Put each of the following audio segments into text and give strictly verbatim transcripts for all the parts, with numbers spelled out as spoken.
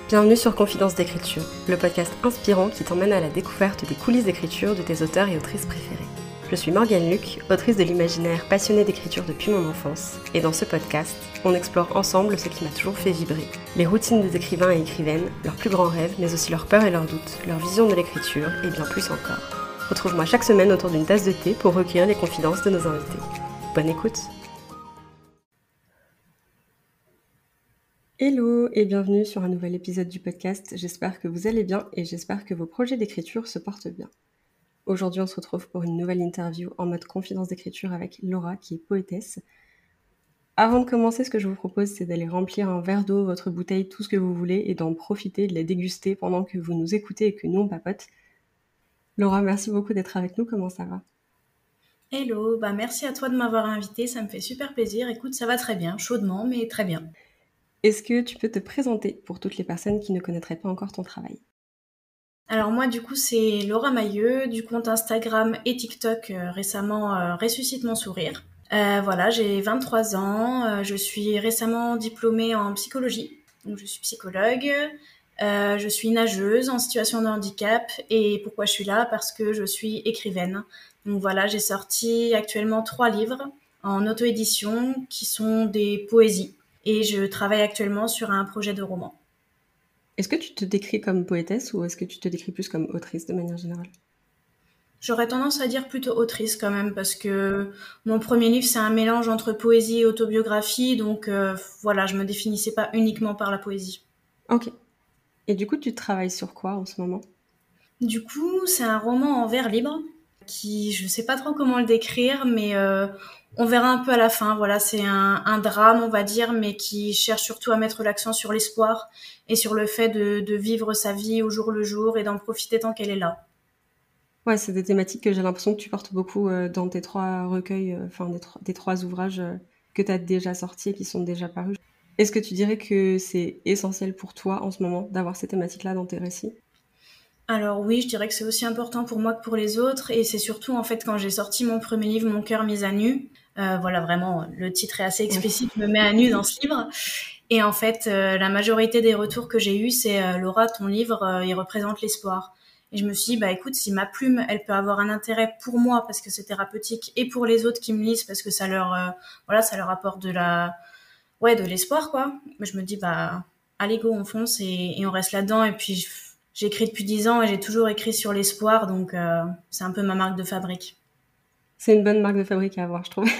Bienvenue sur Confidence d'écriture, le podcast inspirant qui t'emmène à la découverte des coulisses d'écriture de tes auteurs et autrices préférés. Je suis Morgane Luc, autrice de l'imaginaire passionnée d'écriture depuis mon enfance, et dans ce podcast, on explore ensemble ce qui m'a toujours fait vibrer. Les routines des écrivains et écrivaines, leurs plus grands rêves, mais aussi leurs peurs et leurs doutes, leur vision de l'écriture, et bien plus encore. Retrouve-moi chaque semaine autour d'une tasse de thé pour recueillir les confidences de nos invités. Bonne écoute! Hello et bienvenue sur un nouvel épisode du podcast. J'espère que vous allez bien et j'espère que vos projets d'écriture se portent bien. Aujourd'hui, on se retrouve pour une nouvelle interview en mode confidence d'écriture avec Laura, qui est poétesse. Avant de commencer, ce que je vous propose, c'est d'aller remplir un verre d'eau, votre bouteille, tout ce que vous voulez, et d'en profiter, de les déguster pendant que vous nous écoutez et que nous, on papote. Laura, merci beaucoup d'être avec nous. Comment ça va ? Hello, bah merci à toi de m'avoir invitée, ça me fait super plaisir. Écoute, ça va très bien, chaudement, mais très bien. Est-ce que tu peux te présenter pour toutes les personnes qui ne connaîtraient pas encore ton travail ? Alors moi, du coup, c'est Laura Mailleux, du compte Instagram et TikTok euh, récemment euh, Ressuscite mon sourire. Euh, voilà, j'ai vingt-trois ans, euh, je suis récemment diplômée en psychologie, donc je suis psychologue. Euh, je suis nageuse en situation de handicap et pourquoi je suis là ? Parce que je suis écrivaine. Donc voilà, j'ai sorti actuellement trois livres en auto-édition qui sont des poésies et je travaille actuellement sur un projet de roman. Est-ce que tu te décris comme poétesse ou est-ce que tu te décris plus comme autrice de manière générale ? J'aurais tendance à dire plutôt autrice quand même parce que mon premier livre c'est un mélange entre poésie et autobiographie, donc euh, voilà, je me définissais pas uniquement par la poésie. Ok. Et du coup, tu travailles sur quoi en ce moment ? Du coup, c'est un roman en vers libre qui, je sais pas trop comment le décrire, mais euh, on verra un peu à la fin. Voilà, c'est un, un drame, on va dire, mais qui cherche surtout à mettre l'accent sur l'espoir et sur le fait de, de vivre sa vie au jour le jour et d'en profiter tant qu'elle est là. Ouais, c'est des thématiques que j'ai l'impression que tu portes beaucoup euh, dans tes trois recueils, euh, enfin des, tro- des trois ouvrages euh, que tu as déjà sortis et qui sont déjà parus. Est-ce que tu dirais que c'est essentiel pour toi en ce moment d'avoir ces thématiques-là dans tes récits ? Alors oui, je dirais que c'est aussi important pour moi que pour les autres, et c'est surtout en fait quand j'ai sorti mon premier livre, Mon cœur mis à nu. Euh, voilà, vraiment, le titre est assez Ouais. explicite, me met à nu dans ce livre. Et en fait, euh, la majorité des retours que j'ai eus, c'est euh, Laura, ton livre, euh, il représente l'espoir. Et je me suis dit, bah écoute, si ma plume, elle peut avoir un intérêt pour moi parce que c'est thérapeutique, et pour les autres qui me lisent parce que ça leur, euh, voilà, ça leur apporte de la, ouais, de l'espoir, quoi. Je me dis, bah, allez go, on fonce et, et on reste là-dedans. Et puis, je- j'écris depuis dix ans et j'ai toujours écrit sur l'espoir, donc euh, c'est un peu ma marque de fabrique. C'est une bonne marque de fabrique à avoir, je trouve.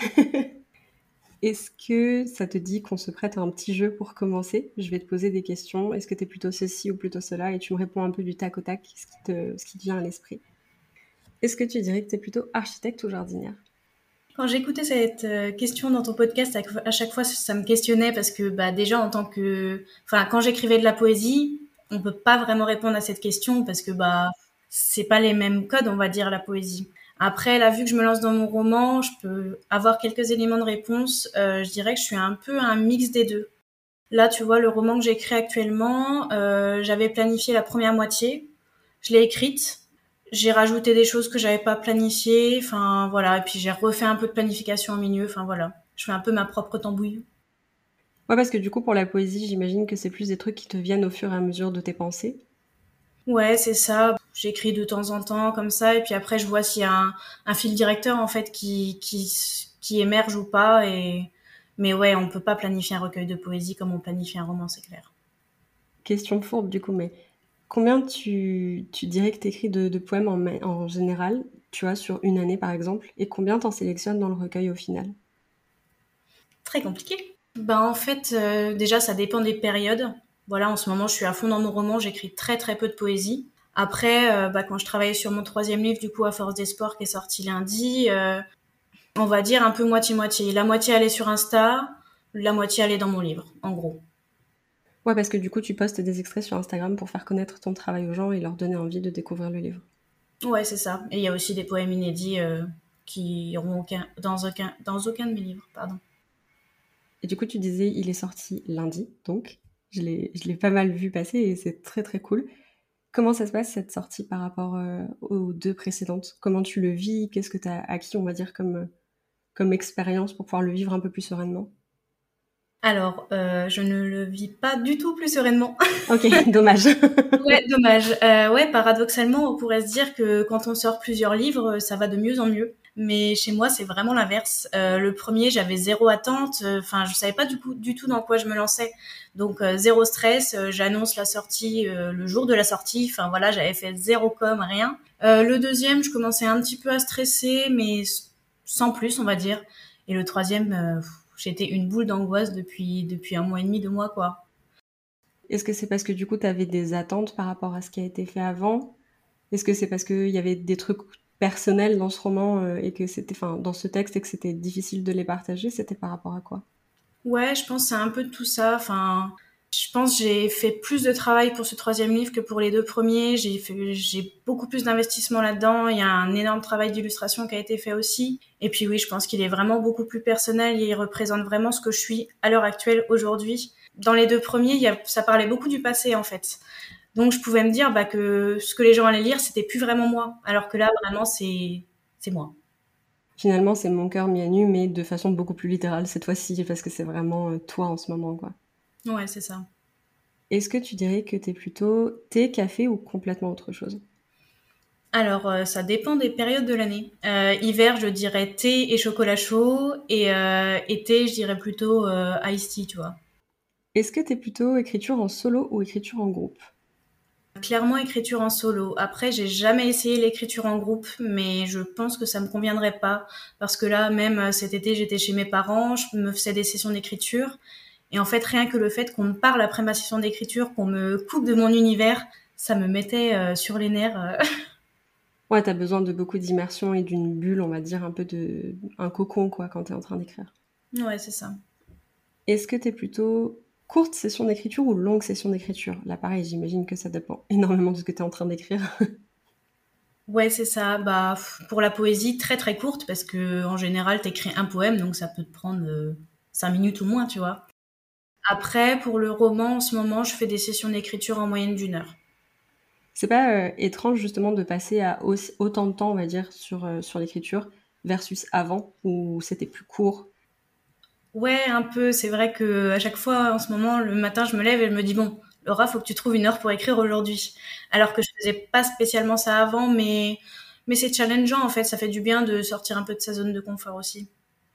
Est-ce que ça te dit qu'on se prête à un petit jeu pour commencer ? Je vais te poser des questions. Est-ce que tu es plutôt ceci ou plutôt cela ? Et tu me réponds un peu du tac au tac, ce qui te, ce qui te vient à l'esprit. Est-ce que tu dirais que tu es plutôt architecte ou jardinière ? Quand j'écoutais cette euh, question dans ton podcast, à, à chaque fois, ça me questionnait parce que bah, déjà, en tant que... Enfin, quand j'écrivais de la poésie, on peut pas vraiment répondre à cette question parce que bah, c'est pas les mêmes codes, on va dire, la poésie. Après, là, vu que je me lance dans mon roman, je peux avoir quelques éléments de réponse. Euh, je dirais que je suis un peu un mix des deux. Là, tu vois, le roman que j'écris actuellement, euh, j'avais planifié la première moitié. Je l'ai écrite. J'ai rajouté des choses que j'avais pas planifiées. Enfin, voilà. Et puis, j'ai refait un peu de planification au milieu. Enfin, voilà. Je fais un peu ma propre tambouille. Ouais, parce que du coup, pour la poésie, j'imagine que c'est plus des trucs qui te viennent au fur et à mesure de tes pensées. Ouais, c'est ça. J'écris de temps en temps comme ça. Et puis après, je vois s'il y a un, un fil directeur, en fait, qui, qui, qui émerge ou pas. Et, mais ouais, on peut pas planifier un recueil de poésie comme on planifie un roman, c'est clair. Question fourbe, du coup, mais combien tu, tu dirais que tu écris de, de poèmes en, ma- en général, tu vois, sur une année par exemple, et combien t'en sélectionnes dans le recueil au final ? Très compliqué. Ben en fait, euh, déjà ça dépend des périodes. Voilà, en ce moment je suis à fond dans mon roman, j'écris très très peu de poésie. Après, euh, bah, quand je travaillais sur mon troisième livre, du coup à Force d'Espoir qui est sorti lundi, euh, on va dire un peu moitié-moitié. La moitié allait sur Insta, la moitié allait dans mon livre, en gros. Ouais, parce que du coup, tu postes des extraits sur Instagram pour faire connaître ton travail aux gens et leur donner envie de découvrir le livre. Ouais, c'est ça. Et il y a aussi des poèmes inédits euh, qui iront aucun, dans, aucun, dans aucun de mes livres, pardon. Et du coup, tu disais, il est sorti lundi, donc je l'ai, je l'ai pas mal vu passer et c'est très très cool. Comment ça se passe cette sortie par rapport euh, aux deux précédentes ? Comment tu le vis ? Qu'est-ce que tu as acquis, on va dire, comme, comme expérience pour pouvoir le vivre un peu plus sereinement ? Alors, euh, je ne le vis pas du tout plus sereinement. Ok, dommage. Ouais, dommage. Euh, ouais, paradoxalement, on pourrait se dire que quand on sort plusieurs livres, ça va de mieux en mieux. Mais chez moi, c'est vraiment l'inverse. Euh, le premier, j'avais zéro attente. Enfin, euh, je savais pas du coup du tout dans quoi je me lançais. Donc euh, zéro stress. Euh, j'annonce la sortie euh, le jour de la sortie. Enfin voilà, j'avais fait zéro com, rien. Euh, le deuxième, je commençais un petit peu à stresser, mais sans plus, on va dire. Et le troisième, euh, j'étais une boule d'angoisse depuis depuis un mois et demi, deux mois, quoi. Est-ce que c'est parce que du coup, tu avais des attentes par rapport à ce qui a été fait avant? Est-ce que c'est parce qu'il y avait des trucs personnels dans ce roman euh, et que c'était, enfin, dans ce texte et que c'était difficile de les partager? C'était par rapport à quoi? Ouais, je pense que c'est un peu de tout ça. Enfin, je pense que j'ai fait plus de travail pour ce troisième livre que pour les deux premiers. J'ai fait, j'ai beaucoup plus d'investissement là-dedans. Il y a un énorme travail d'illustration qui a été fait aussi. Et puis oui, je pense qu'il est vraiment beaucoup plus personnel et il représente vraiment ce que je suis à l'heure actuelle, aujourd'hui. Dans les deux premiers, il y a, ça parlait beaucoup du passé, en fait. Donc je pouvais me dire bah, que ce que les gens allaient lire, c'était plus vraiment moi. Alors que là, vraiment, c'est, c'est moi. Finalement, c'est mon cœur mis à nu, mais de façon beaucoup plus littérale cette fois-ci, parce que c'est vraiment euh, toi en ce moment, quoi. Ouais, c'est ça. Est-ce que tu dirais que t'es plutôt thé, café ou complètement autre chose? Alors, euh, ça dépend des périodes de l'année. Euh, hiver, je dirais thé et chocolat chaud. Et euh, été, je dirais plutôt euh, iced tea, tu vois. Est-ce que t'es plutôt écriture en solo ou écriture en groupe? Clairement, écriture en solo. Après, j'ai jamais essayé l'écriture en groupe, mais je pense que ça me conviendrait pas. Parce que là, même euh, cet été, j'étais chez mes parents, je me faisais des sessions d'écriture. Et en fait, rien que le fait qu'on me parle après ma session d'écriture, qu'on me coupe de mon univers, ça me mettait euh, sur les nerfs. euh. Ouais, t'as besoin de beaucoup d'immersion et d'une bulle, on va dire, un peu de... un cocon, quoi, quand t'es en train d'écrire. Ouais, c'est ça. Est-ce que t'es plutôt courte session d'écriture ou longue session d'écriture? Là, pareil, j'imagine que ça dépend énormément de ce que t'es en train d'écrire. Ouais, c'est ça. Bah, pour la poésie, très très courte, parce que en général, t'écris un poème, donc ça peut te prendre euh, cinq minutes ou moins, tu vois. Après, pour le roman, en ce moment, je fais des sessions d'écriture en moyenne d'une heure. C'est pas euh, étrange, justement, de passer à aussi- autant de temps, on va dire, sur, euh, sur l'écriture versus avant, où c'était plus court? Ouais, un peu. C'est vrai que à chaque fois, en ce moment, le matin, je me lève et je me dis bon, Laura, faut que tu trouves une heure pour écrire aujourd'hui. Alors que je faisais pas spécialement ça avant, mais mais c'est challengeant en fait. Ça fait du bien de sortir un peu de sa zone de confort aussi.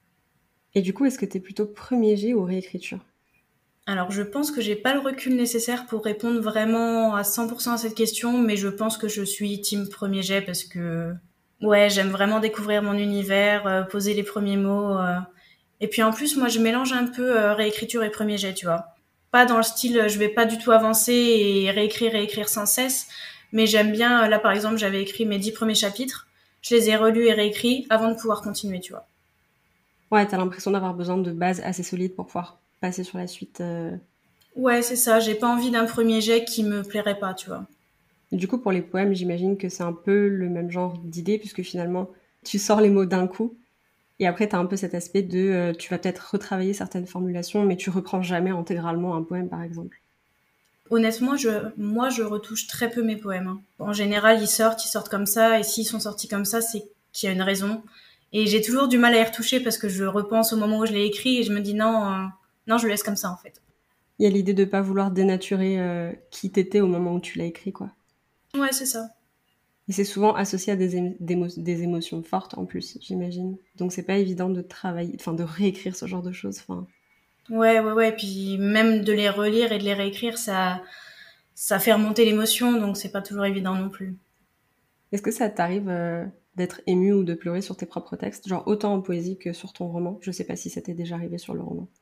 Et du coup, est-ce que t'es plutôt premier jet ou réécriture? Alors, je pense que j'ai pas le recul nécessaire pour répondre vraiment à cent pour cent à cette question, mais je pense que je suis team premier jet parce que, ouais, j'aime vraiment découvrir mon univers, euh, poser les premiers mots. euh. Et puis en plus, moi, je mélange un peu euh, réécriture et premier jet, tu vois. Pas dans le style, euh, je vais pas du tout avancer et réécrire, réécrire sans cesse, mais j'aime bien, euh, là, par exemple, j'avais écrit mes dix premiers chapitres, je les ai relus et réécrits avant de pouvoir continuer, tu vois. Ouais, t'as l'impression d'avoir besoin de bases assez solides pour pouvoir passer sur la suite. euh. Ouais, c'est ça, j'ai pas envie d'un premier jet qui me plairait pas, tu vois. Du coup, pour les poèmes, j'imagine que c'est un peu le même genre d'idée, puisque finalement, tu sors les mots d'un coup, et après, t'as un peu cet aspect de, euh, tu vas peut-être retravailler certaines formulations, mais tu reprends jamais intégralement un poème, par exemple. Honnêtement, je, moi, je retouche très peu mes poèmes, hein. En général, ils sortent, ils sortent comme ça, et s'ils sont sortis comme ça, c'est qu'il y a une raison. Et j'ai toujours du mal à y retoucher parce que je repense au moment où je l'ai écrit et je me dis non, euh, non, je le laisse comme ça en fait. Il y a l'idée de pas vouloir dénaturer euh, qui t'étais au moment où tu l'as écrit, quoi. Ouais, c'est ça. Et c'est souvent associé à des, émo- des, émo- des émotions fortes en plus, j'imagine. Donc c'est pas évident de travailler, enfin de réécrire ce genre de choses. Enfin, Ouais, ouais, ouais. Puis même de les relire et de les réécrire, ça, ça fait remonter l'émotion, donc c'est pas toujours évident non plus. est-ce que ça t'arrive euh, d'être ému ou de pleurer sur tes propres textes, genre autant en poésie que sur ton roman? Je sais pas si ça t'est déjà arrivé sur le roman.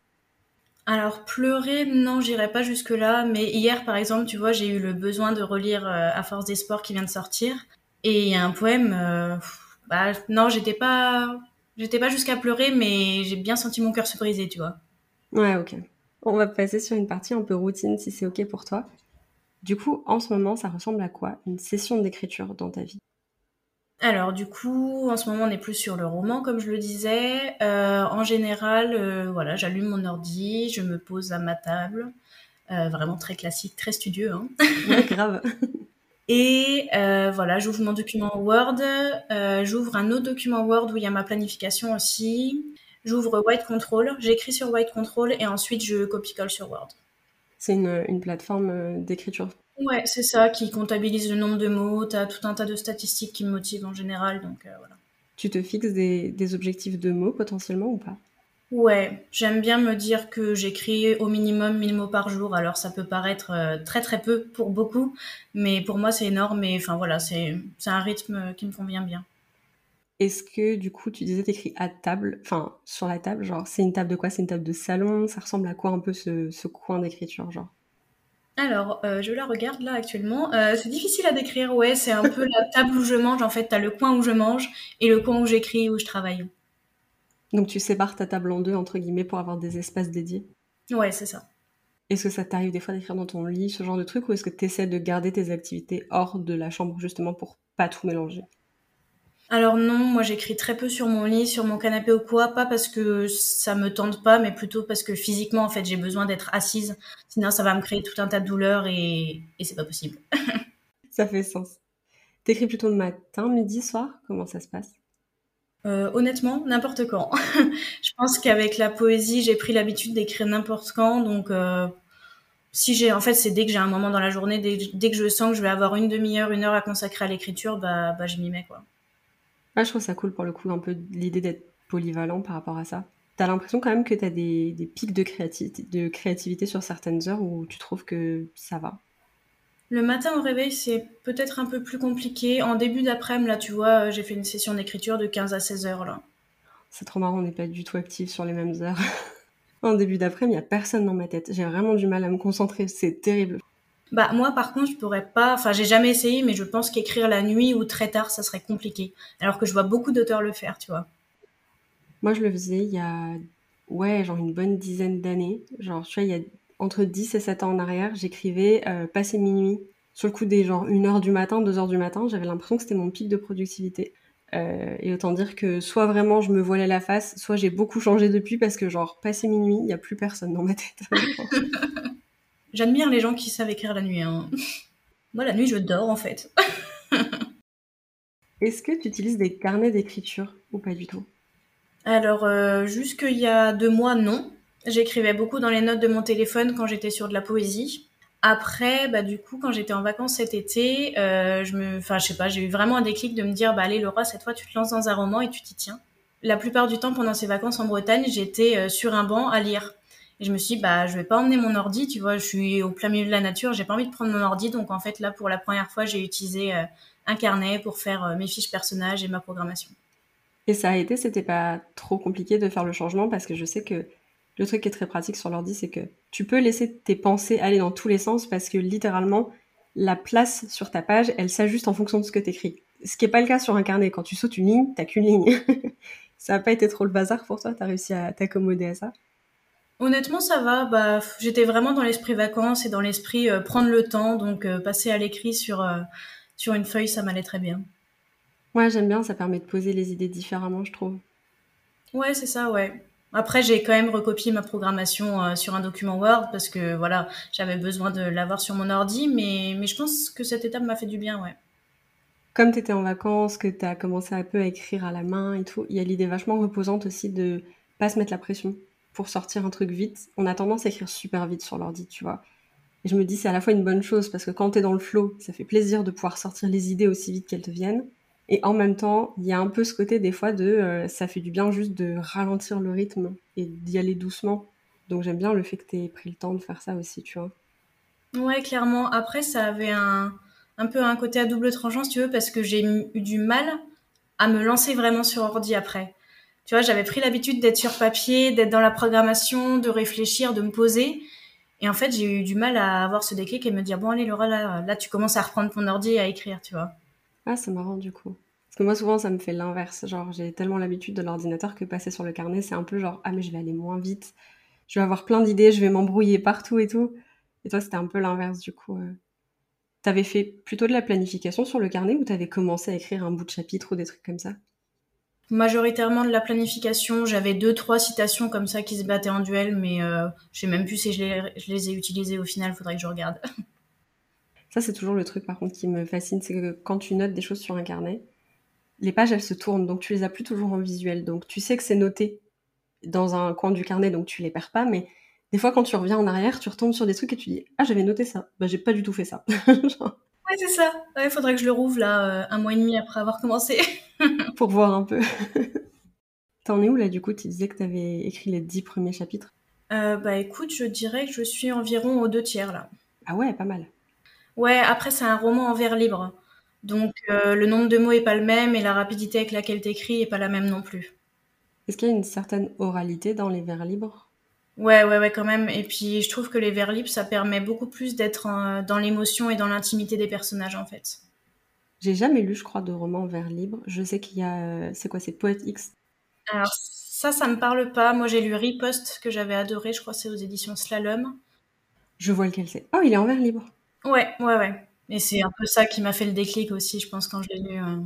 Alors pleurer, non, j'irai pas jusque là. Mais hier, par exemple, tu vois, j'ai eu le besoin de relire euh, À force d'espoir qui vient de sortir, et il y a un poème. euh, pff, bah non, j'étais pas, j'étais pas jusqu'à pleurer, mais j'ai bien senti mon cœur se briser, tu vois. Ouais, ok. On va passer sur une partie un peu routine si c'est ok pour toi. Du coup, en ce moment, ça ressemble à quoi une session d'écriture dans ta vie? Alors du coup, en ce moment, on est plus sur le roman, comme je le disais. Euh, en général, euh, voilà, j'allume mon ordi, je me pose à ma table, euh, vraiment très classique, très studieux, hein. Ouais, grave. Et euh, voilà, j'ouvre mon document Word, euh, j'ouvre un autre document Word où il y a ma planification aussi. j'ouvre White Control, j'écris sur White Control et ensuite je copie-colle sur Word. C'est une, une plateforme d'écriture. Ouais, c'est ça, qui comptabilise le nombre de mots. T'as tout un tas de statistiques qui me motivent en général, donc euh, voilà. Tu te fixes des, des objectifs de mots potentiellement ou pas? Ouais, j'aime bien me dire que j'écris au minimum mille mots par jour. Alors ça peut paraître euh, très très peu pour beaucoup, mais pour moi c'est énorme. Et enfin voilà, c'est c'est un rythme qui me convient bien. Est-ce que du coup tu disais t'écris à table, enfin sur la table, genre c'est une table de quoi? C'est une table de salon? Ça ressemble à quoi un peu ce, ce coin d'écriture, genre? Alors, euh, je la regarde là actuellement. Euh, c'est difficile à décrire, ouais. C'est un peu la table où je mange. En fait, t'as le coin où je mange et le coin où j'écris, où je travaille. Donc tu sépares ta table en deux entre guillemets pour avoir des espaces dédiés. Ouais, c'est ça. Est-ce que ça t'arrive des fois d'écrire dans ton lit, ce genre de truc, ou est-ce que tu essaies de garder tes activités hors de la chambre justement pour pas tout mélanger? Alors non, moi j'écris très peu sur mon lit, sur mon canapé ou quoi, pas parce que ça me tente pas, mais plutôt parce que physiquement en fait j'ai besoin d'être assise, sinon ça va me créer tout un tas de douleurs et, et c'est pas possible. Ça fait sens. T'écris plutôt le matin, midi, soir? Comment ça se passe? Euh, honnêtement, n'importe quand. Je pense qu'avec la poésie j'ai pris l'habitude d'écrire n'importe quand, donc euh, si j'ai, en fait c'est dès que j'ai un moment dans la journée, dès, dès que je sens que je vais avoir une demi-heure, une heure à consacrer à l'écriture, bah, bah je m'y mets quoi. Ah, je trouve ça cool pour le coup, un peu l'idée d'être polyvalent par rapport à ça. T'as l'impression quand même que t'as des, des pics de créativité, de créativité sur certaines heures où tu trouves que ça va. Le matin au réveil, c'est peut-être un peu plus compliqué. En début d'après-midi, là, tu vois, euh, j'ai fait une session d'écriture de quinze à seize heures, là. C'est trop marrant, on n'est pas du tout actifs sur les mêmes heures. En début d'après-midi, il n'y a personne dans ma tête. J'ai vraiment du mal à me concentrer, c'est terrible. Bah, moi, par contre, je pourrais pas, enfin, j'ai jamais essayé, mais je pense qu'écrire la nuit ou très tard, ça serait compliqué. Alors que je vois beaucoup d'auteurs le faire, tu vois. Moi, je le faisais il y a, ouais, genre une bonne dizaine d'années. Genre, tu vois, il y a entre dix et sept ans en arrière, j'écrivais euh, passé minuit. Sur le coup des genre une heure du matin, deux heures du matin, j'avais l'impression que c'était mon pic de productivité. Euh, et autant dire que soit vraiment je me voilais la face, soit j'ai beaucoup changé depuis parce que genre passé minuit, il n'y a plus personne dans ma tête, je pense. J'admire les gens qui savent écrire la nuit, hein. Moi, la nuit, je dors, en fait. Est-ce que tu utilises des carnets d'écriture ou pas du tout? Alors, euh, jusqu'il y a deux mois, non. J'écrivais beaucoup dans les notes de mon téléphone quand j'étais sur de la poésie. Après, bah du coup, quand j'étais en vacances cet été, euh, je me, enfin, je sais pas, j'ai eu vraiment un déclic de me dire, bah allez Laura, cette fois tu te lances dans un roman et tu t'y tiens. La plupart du temps, pendant ces vacances en Bretagne, j'étais euh, sur un banc à lire. Et je me suis dit, bah je vais pas emmener mon ordi, tu vois, je suis au plein milieu de la nature, j'ai pas envie de prendre mon ordi, donc en fait là, pour la première fois, j'ai utilisé euh, un carnet pour faire euh, mes fiches personnages et ma programmation. Et ça a été, c'était pas trop compliqué de faire le changement parce que je sais que le truc qui est très pratique sur l'ordi, c'est que tu peux laisser tes pensées aller dans tous les sens parce que littéralement, la place sur ta page, elle s'ajuste en fonction de ce que t'écris. Ce qui est pas le cas sur un carnet. Quand tu sautes une ligne, t'as qu'une ligne. Ça a pas été trop le bazar pour toi? T'as réussi à t'accommoder à ça? Honnêtement, ça va. Bah, f- j'étais vraiment dans l'esprit vacances et dans l'esprit euh, prendre le temps, donc euh, passer à l'écrit sur euh, sur une feuille, ça m'allait très bien. Moi, j'aime bien, ça permet de poser les idées différemment, je trouve. Ouais, c'est ça, ouais. Après, j'ai quand même recopié ma programmation euh, sur un document Word parce que voilà, j'avais besoin de l'avoir sur mon ordi, mais mais je pense que cette étape m'a fait du bien, ouais. Comme t'étais en vacances, que t'as commencé un peu à écrire à la main et tout, il y a l'idée vachement reposante aussi de pas se mettre la pression pour sortir un truc vite. On a tendance à écrire super vite sur l'ordi, tu vois. Et je me dis, c'est à la fois une bonne chose parce que quand t'es dans le flow, ça fait plaisir de pouvoir sortir les idées aussi vite qu'elles te viennent. Et en même temps, il y a un peu ce côté des fois de euh, ça fait du bien juste de ralentir le rythme et d'y aller doucement. Donc j'aime bien le fait que t'aies pris le temps de faire ça aussi, tu vois. Ouais, clairement. Après, ça avait un un peu un côté à double tranchant, si tu veux, parce que j'ai eu du mal à me lancer vraiment sur ordi après. Tu vois, j'avais pris l'habitude d'être sur papier, d'être dans la programmation, de réfléchir, de me poser. Et en fait, j'ai eu du mal à avoir ce déclic et me dire, bon, allez, Laura, là, là, tu commences à reprendre ton ordi et à écrire, tu vois. Ah, c'est marrant du coup. Parce que moi, souvent, ça me fait l'inverse. Genre, j'ai tellement l'habitude de l'ordinateur que passer sur le carnet, c'est un peu genre, ah, mais je vais aller moins vite. Je vais avoir plein d'idées, je vais m'embrouiller partout et tout. Et toi, c'était un peu l'inverse du coup. euh. T'avais fait plutôt de la planification sur le carnet ou t'avais commencé à écrire un bout de chapitre ou des trucs comme ça? Majoritairement de la planification, j'avais deux, trois citations comme ça qui se battaient en duel, mais euh, je sais même plus si je les, je les ai utilisées au final, faudrait que je regarde. Ça, c'est toujours le truc par contre qui me fascine, c'est que quand tu notes des choses sur un carnet, les pages, elles se tournent, donc tu les as plus toujours en visuel. Donc tu sais que c'est noté, dans un coin du carnet, donc tu les perds pas, mais des fois, quand tu reviens en arrière, tu retombes sur des trucs et tu dis « Ah, j'avais noté ça. Bah, j'ai pas du tout fait ça. » Genre, Ouais, c'est ça. Ouais, faudrait que je le rouvre là, euh, un mois et demi après avoir commencé. pour voir un peu. T'en es où là, du coup? Tu disais que t'avais écrit les dix premiers chapitres. Euh, bah écoute, je dirais que je suis environ aux deux tiers là. Ah ouais, pas mal. Ouais, après c'est un roman en vers libre. Donc euh, le nombre de mots est pas le même et la rapidité avec laquelle t'écris est pas la même non plus. Est-ce qu'il y a une certaine oralité dans les vers libres? Ouais, ouais, ouais, quand même. Et puis je trouve que les vers libres, ça permet beaucoup plus d'être euh, dans l'émotion et dans l'intimité des personnages en fait. J'ai jamais lu, je crois, de roman en vers libre. Je sais qu'il y a... euh, C'est quoi? C'est Poète X. Alors ça, ça me parle pas. Moi j'ai lu Riposte que j'avais adoré, je crois que c'est aux éditions Slalom. Je vois lequel c'est. Oh, il est en vers libre. Ouais, ouais, ouais. Et c'est un peu ça qui m'a fait le déclic aussi, je pense, quand je l'ai lu. euh.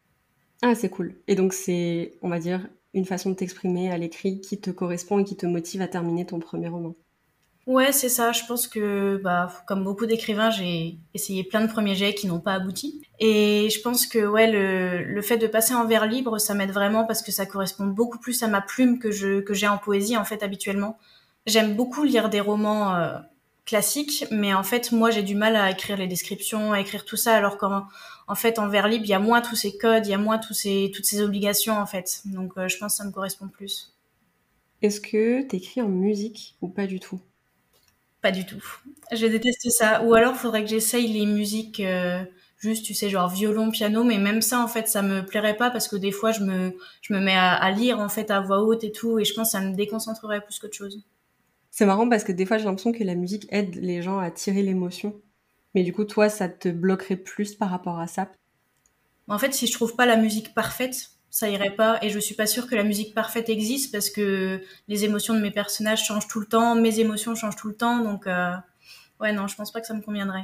Ah, c'est cool. Et donc, c'est, on va dire, une façon de t'exprimer à l'écrit qui te correspond et qui te motive à terminer ton premier roman. Ouais, c'est ça. Je pense que, bah, comme beaucoup d'écrivains, j'ai essayé plein de premiers jets qui n'ont pas abouti. Et je pense que, ouais, le, le fait de passer en vers libre, ça m'aide vraiment parce que ça correspond beaucoup plus à ma plume que je, que j'ai en poésie, en fait, habituellement. J'aime beaucoup lire des romans, euh, classiques, mais en fait, moi, j'ai du mal à écrire les descriptions, à écrire tout ça, alors qu'en, en fait, en vers libre, il y a moins tous ces codes, il y a moins tous ces, toutes ces obligations, en fait. Donc, euh, je pense que ça me correspond plus. Est-ce que t'écris en musique ou pas du tout? Pas du tout. Je déteste ça. Ou alors, faudrait que j'essaye les musiques, euh, juste, tu sais, genre violon, piano. Mais même ça, en fait, ça me plairait pas parce que des fois, je me, je me mets à, à lire, en fait, à voix haute et tout. Et je pense que ça me déconcentrerait plus qu'autre chose. C'est marrant parce que des fois, j'ai l'impression que la musique aide les gens à tirer l'émotion. Mais du coup, toi, ça te bloquerait plus par rapport à ça. En fait, si je trouve pas la musique parfaite, ça irait pas. Et je suis pas sûre que la musique parfaite existe parce que les émotions de mes personnages changent tout le temps, mes émotions changent tout le temps. Donc, euh, ouais, non, je pense pas que ça me conviendrait.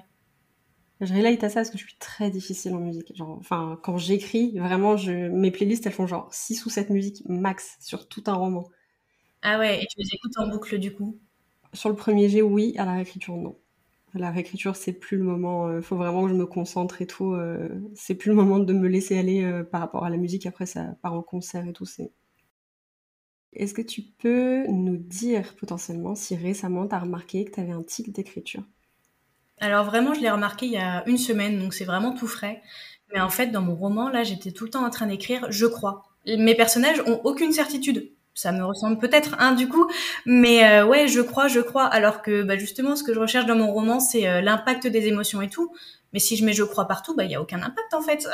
Je relate à ça parce que je suis très difficile en musique. Genre, enfin, quand j'écris, vraiment, je... mes playlists, elles font genre six ou sept musiques max sur tout un roman. Ah ouais, et tu les écoutes en boucle du coup. Sur le premier jet, oui, à la réécriture, non. La réécriture, c'est plus le moment, il faut vraiment que je me concentre et tout. euh, c'est plus le moment de me laisser aller euh, par rapport à la musique. Après, ça part en concert et tout. C'est... Est-ce que tu peux nous dire potentiellement si récemment tu as remarqué que tu avais un tic d'écriture? Alors vraiment, je l'ai remarqué il y a une semaine, donc c'est vraiment tout frais. Mais en fait, dans mon roman, là, j'étais tout le temps en train d'écrire «je crois». Mes personnages ont aucune certitude. Ça me ressemble peut-être, hein, du coup, mais euh, ouais, je crois, je crois. Alors que, bah, justement, ce que je recherche dans mon roman, c'est euh, l'impact des émotions et tout. Mais si je mets «je crois» partout, bah, il y a aucun impact en fait.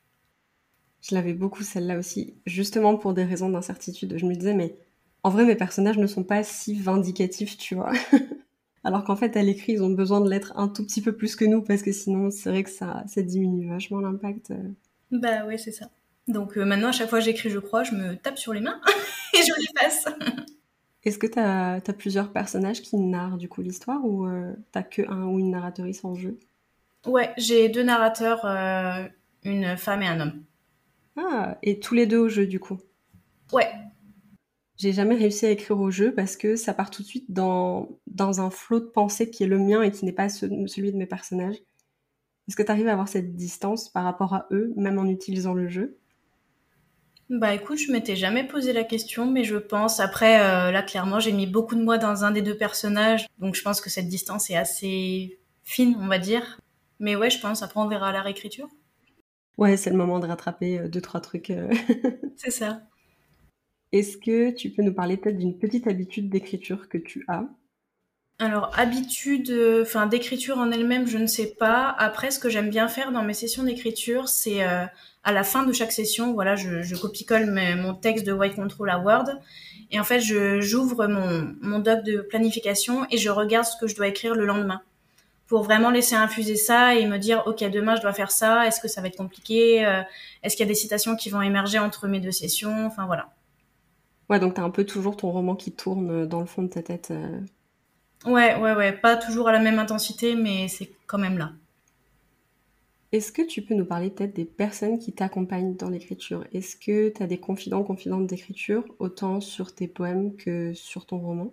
Je l'avais beaucoup celle-là aussi, justement pour des raisons d'incertitude. Je me disais, mais en vrai, mes personnages ne sont pas si vindicatifs, tu vois. Alors qu'en fait, à l'écrit, ils ont besoin de l'être un tout petit peu plus que nous, parce que sinon, c'est vrai que ça, ça diminue vachement l'impact. euh. Bah ouais, c'est ça. Donc euh, maintenant, à chaque fois que j'écris «je crois», je me tape sur les mains et je l'efface. Est-ce que t'as, t'as plusieurs personnages qui narrent du coup l'histoire, ou euh, t'as que un ou une narratrice en jeu? Ouais, j'ai deux narrateurs, euh, une femme et un homme. Ah, et tous les deux au jeu du coup. Ouais. J'ai jamais réussi à écrire au jeu parce que ça part tout de suite dans, dans un flot de pensée qui est le mien et qui n'est pas ce- celui de mes personnages. Est-ce que tu arrives à avoir cette distance par rapport à eux, même en utilisant le jeu? Bah écoute, je m'étais jamais posé la question, mais je pense. Après, euh, là, clairement, j'ai mis beaucoup de moi dans un des deux personnages, donc je pense que cette distance est assez fine, on va dire. Mais ouais, je pense. Après, on verra à la réécriture. Ouais, c'est le moment de rattraper euh, deux, trois trucs. euh. C'est ça. Est-ce que tu peux nous parler peut-être d'une petite habitude d'écriture que tu as? Alors, habitude, euh, enfin, d'écriture en elle-même, je ne sais pas. Après, ce que j'aime bien faire dans mes sessions d'écriture, c'est euh, à la fin de chaque session, voilà, je, je copie-colle mes- mon texte de White Control à Word. Et en fait, je, j'ouvre mon, mon doc de planification et je regarde ce que je dois écrire le lendemain, pour vraiment laisser infuser ça et me dire ok, demain je dois faire ça, est-ce que ça va être compliqué, euh, est-ce qu'il y a des citations qui vont émerger entre mes deux sessions, enfin voilà. Ouais, donc t'as un peu toujours ton roman qui tourne euh, dans le fond de ta tête. euh. Ouais, ouais, ouais, pas toujours à la même intensité, mais c'est quand même là. Est-ce que tu peux nous parler peut-être des personnes qui t'accompagnent dans l'écriture? Est-ce que tu as des confidents, confidentes d'écriture, autant sur tes poèmes que sur ton roman?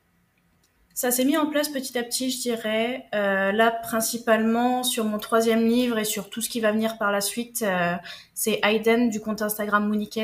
Ça s'est mis en place petit à petit, je dirais. Euh, là, principalement sur mon troisième livre et sur tout ce qui va venir par la suite, euh, c'est Hayden du compte Instagram Mooniken.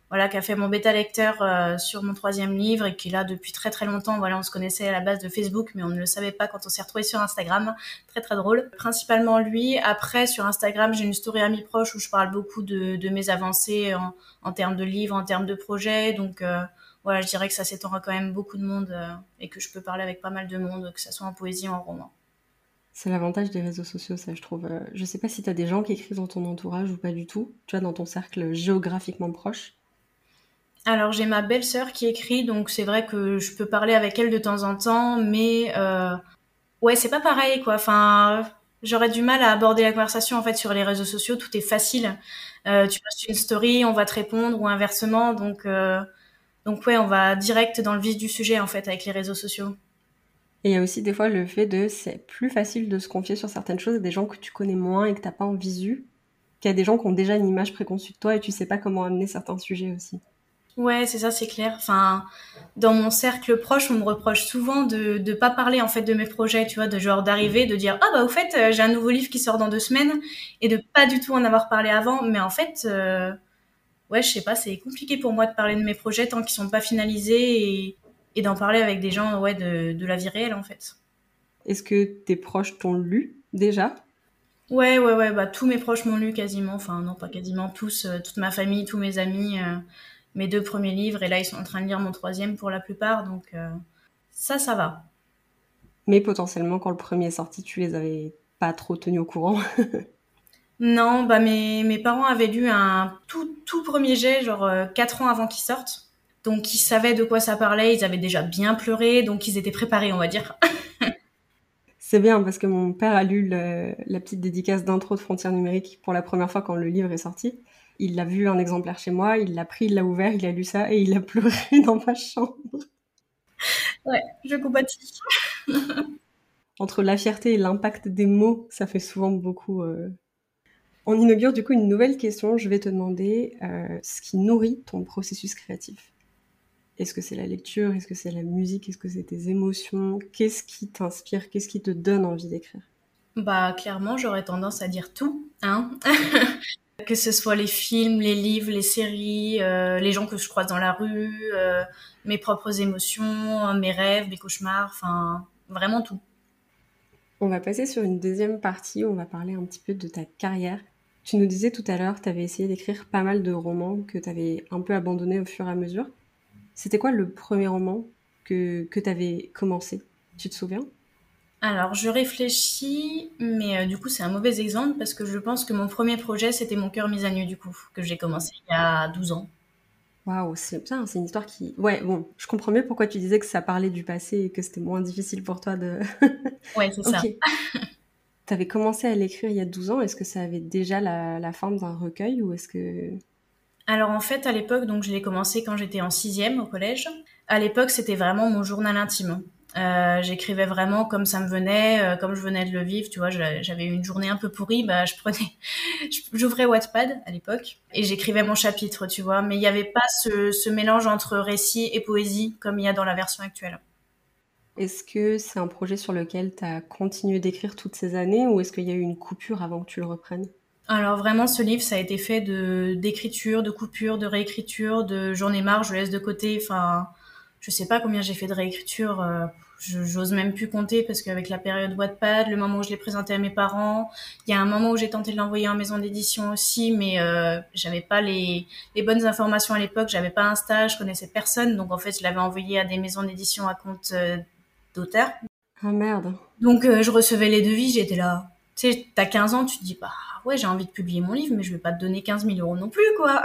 voilà, qui a fait mon bêta lecteur euh, sur mon troisième livre et qui là depuis très très longtemps. Voilà, on se connaissait à la base de Facebook, mais on ne le savait pas quand on s'est retrouvés sur Instagram. Très très drôle. Principalement lui. Après, sur Instagram, j'ai une story amis proche où je parle beaucoup de, de mes avancées en, en termes de livres, en termes de projets. Donc euh, voilà, je dirais que ça s'étend à quand même beaucoup de monde euh, et que je peux parler avec pas mal de monde, que ça soit en poésie ou en roman. C'est l'avantage des réseaux sociaux, ça, je trouve. Euh, Je sais pas si t'as des gens qui écrivent dans ton entourage ou pas du tout, tu vois, dans ton cercle géographiquement proche. Alors j'ai ma belle-sœur qui écrit, donc c'est vrai que je peux parler avec elle de temps en temps, mais euh, ouais, c'est pas pareil quoi. Enfin, j'aurais du mal à aborder la conversation en fait sur les réseaux sociaux. Tout est facile. Euh, tu postes une story, on va te répondre ou inversement. Donc euh, donc ouais, on va direct dans le vif du sujet en fait avec les réseaux sociaux. Et il y a aussi des fois le fait de c'est plus facile de se confier sur certaines choses à des gens que tu connais moins et que t'as pas en visu, qu'il y a des gens qui ont déjà une image préconçue de toi et tu sais pas comment amener certains sujets aussi. Ouais, c'est ça, c'est clair. Enfin, dans mon cercle proche, on me reproche souvent de de pas parler en fait de mes projets, tu vois, de genre d'arriver, de dire ah bah au fait euh, j'ai un nouveau livre qui sort dans deux semaines et de pas du tout en avoir parlé avant. Mais en fait, euh, ouais, je sais pas, c'est compliqué pour moi de parler de mes projets tant qu'ils sont pas finalisés et et d'en parler avec des gens ouais de de la vie réelle en fait. Est-ce que tes proches t'ont lu déjà? Ouais, ouais, ouais, bah tous mes proches m'ont lu quasiment, enfin non pas quasiment tous, euh, toute ma famille, tous mes amis, euh, mes deux premiers livres et là ils sont en train de lire mon troisième pour la plupart, donc euh, ça, ça va. Mais potentiellement, quand le premier est sorti, tu les avais pas trop tenus au courant. Non, bah mes, mes parents avaient lu un tout, tout premier jet, genre euh, quatre ans avant qu'il sorte. Donc ils savaient de quoi ça parlait, ils avaient déjà bien pleuré, donc ils étaient préparés, on va dire. C'est bien parce que mon père a lu le- la petite dédicace d'intro de Frontières numériques pour la première fois quand le livre est sorti. Il a vu un exemplaire chez moi, il l'a pris, il l'a ouvert, il a lu ça et il a pleuré dans ma chambre. Ouais, je compatis. Entre la fierté et l'impact des mots, ça fait souvent beaucoup. euh. On inaugure du coup une nouvelle question. Je vais te demander euh, ce qui nourrit ton processus créatif. Est-ce que c'est la lecture? Est-ce que c'est la musique? Est-ce que c'est tes émotions? Qu'est-ce qui t'inspire? Qu'est-ce qui te donne envie d'écrire? Bah clairement, j'aurais tendance à dire tout, hein. Que ce soit les films, les livres, les séries, euh, les gens que je croise dans la rue, euh, mes propres émotions, mes rêves, mes cauchemars, enfin vraiment tout. On va passer sur une deuxième partie où on va parler un petit peu de ta carrière. Tu nous disais tout à l'heure que tu avais essayé d'écrire pas mal de romans que tu avais un peu abandonnés au fur et à mesure. C'était quoi le premier roman que, que tu avais commencé? Tu te souviens? Alors je réfléchis, mais euh, du coup c'est un mauvais exemple parce que je pense que mon premier projet c'était Mon cœur mis à nu du coup, que j'ai commencé il y a douze ans. Waouh, c'est bien, c'est une histoire qui... Ouais, bon, je comprends mieux pourquoi tu disais que ça parlait du passé et que c'était moins difficile pour toi de... Ouais, c'est ça. Ok. T'avais commencé à l'écrire il y a douze ans, est-ce que ça avait déjà la, la forme d'un recueil ou est-ce que... Alors en fait, à l'époque, donc je l'ai commencé quand j'étais en sixième au collège. À l'époque, c'était vraiment mon journal intime. Euh, j'écrivais vraiment comme ça me venait, euh, comme je venais de le vivre. Tu vois, je- j'avais eu une journée un peu pourrie, bah je prenais, je- j'ouvrais Wattpad à l'époque et j'écrivais mon chapitre, tu vois. Mais il n'y avait pas ce, ce mélange entre récit et poésie comme il y a dans la version actuelle. Est-ce que c'est un projet sur lequel t'as continué d'écrire toutes ces années ou est-ce qu'il y a eu une coupure avant que tu le reprennes? Alors vraiment, ce livre, ça a été fait de d'écriture, de coupure, de réécriture, de j'en ai marre, je laisse de côté. Enfin, je sais pas combien j'ai fait de réécriture. euh, je- j'ose même plus compter parce qu'avec la période Wattpad, le moment où je l'ai présenté à mes parents, il y a un moment où j'ai tenté de l'envoyer en maison d'édition aussi, mais euh, j'avais pas les les bonnes informations à l'époque. J'avais pas Insta, je connaissais personne, donc en fait, je l'avais envoyé à des maisons d'édition à compte euh, d'auteur. Ah merde. Donc euh, je recevais les devis, j'étais là. Tu sais, t'as quinze ans, tu te dis, bah ouais, j'ai envie de publier mon livre, mais je vais pas te donner quinze mille euros non plus, quoi.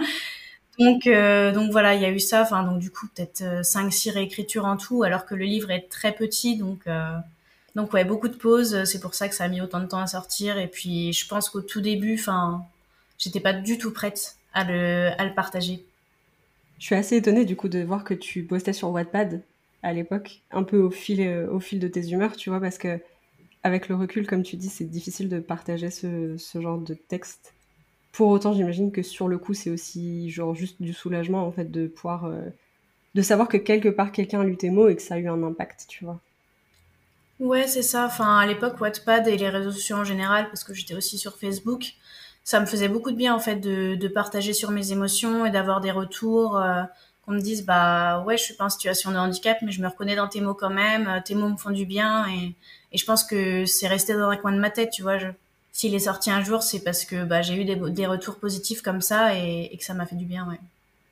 Donc, euh, donc voilà, il y a eu ça. Enfin, donc du coup, peut-être euh, cinq six réécritures en tout, alors que le livre est très petit. Donc, euh, donc ouais, beaucoup de pauses. C'est pour ça que ça a mis autant de temps à sortir. Et puis, je pense qu'au tout début, enfin, j'étais pas du tout prête à le, à le partager. Je suis assez étonnée du coup de voir que tu postais sur Wattpad à l'époque, un peu au fil, euh, au fil de tes humeurs, tu vois, parce que avec le recul, comme tu dis, c'est difficile de partager ce, ce genre de texte. Pour autant, j'imagine que sur le coup, c'est aussi genre juste du soulagement en fait de pouvoir, euh, de savoir que quelque part quelqu'un a lu tes mots et que ça a eu un impact, tu vois. Ouais, c'est ça. Enfin, à l'époque, Wattpad et les réseaux sociaux en général, parce que j'étais aussi sur Facebook, ça me faisait beaucoup de bien en fait de, de partager sur mes émotions et d'avoir des retours, euh, qu'on me dise bah ouais je suis pas en situation de handicap mais je me reconnais dans tes mots quand même, euh, tes mots me font du bien et, et je pense que c'est resté dans un coin de ma tête, tu vois. Je, s'il est sorti un jour, c'est parce que bah j'ai eu des, des retours positifs comme ça et, et que ça m'a fait du bien, ouais.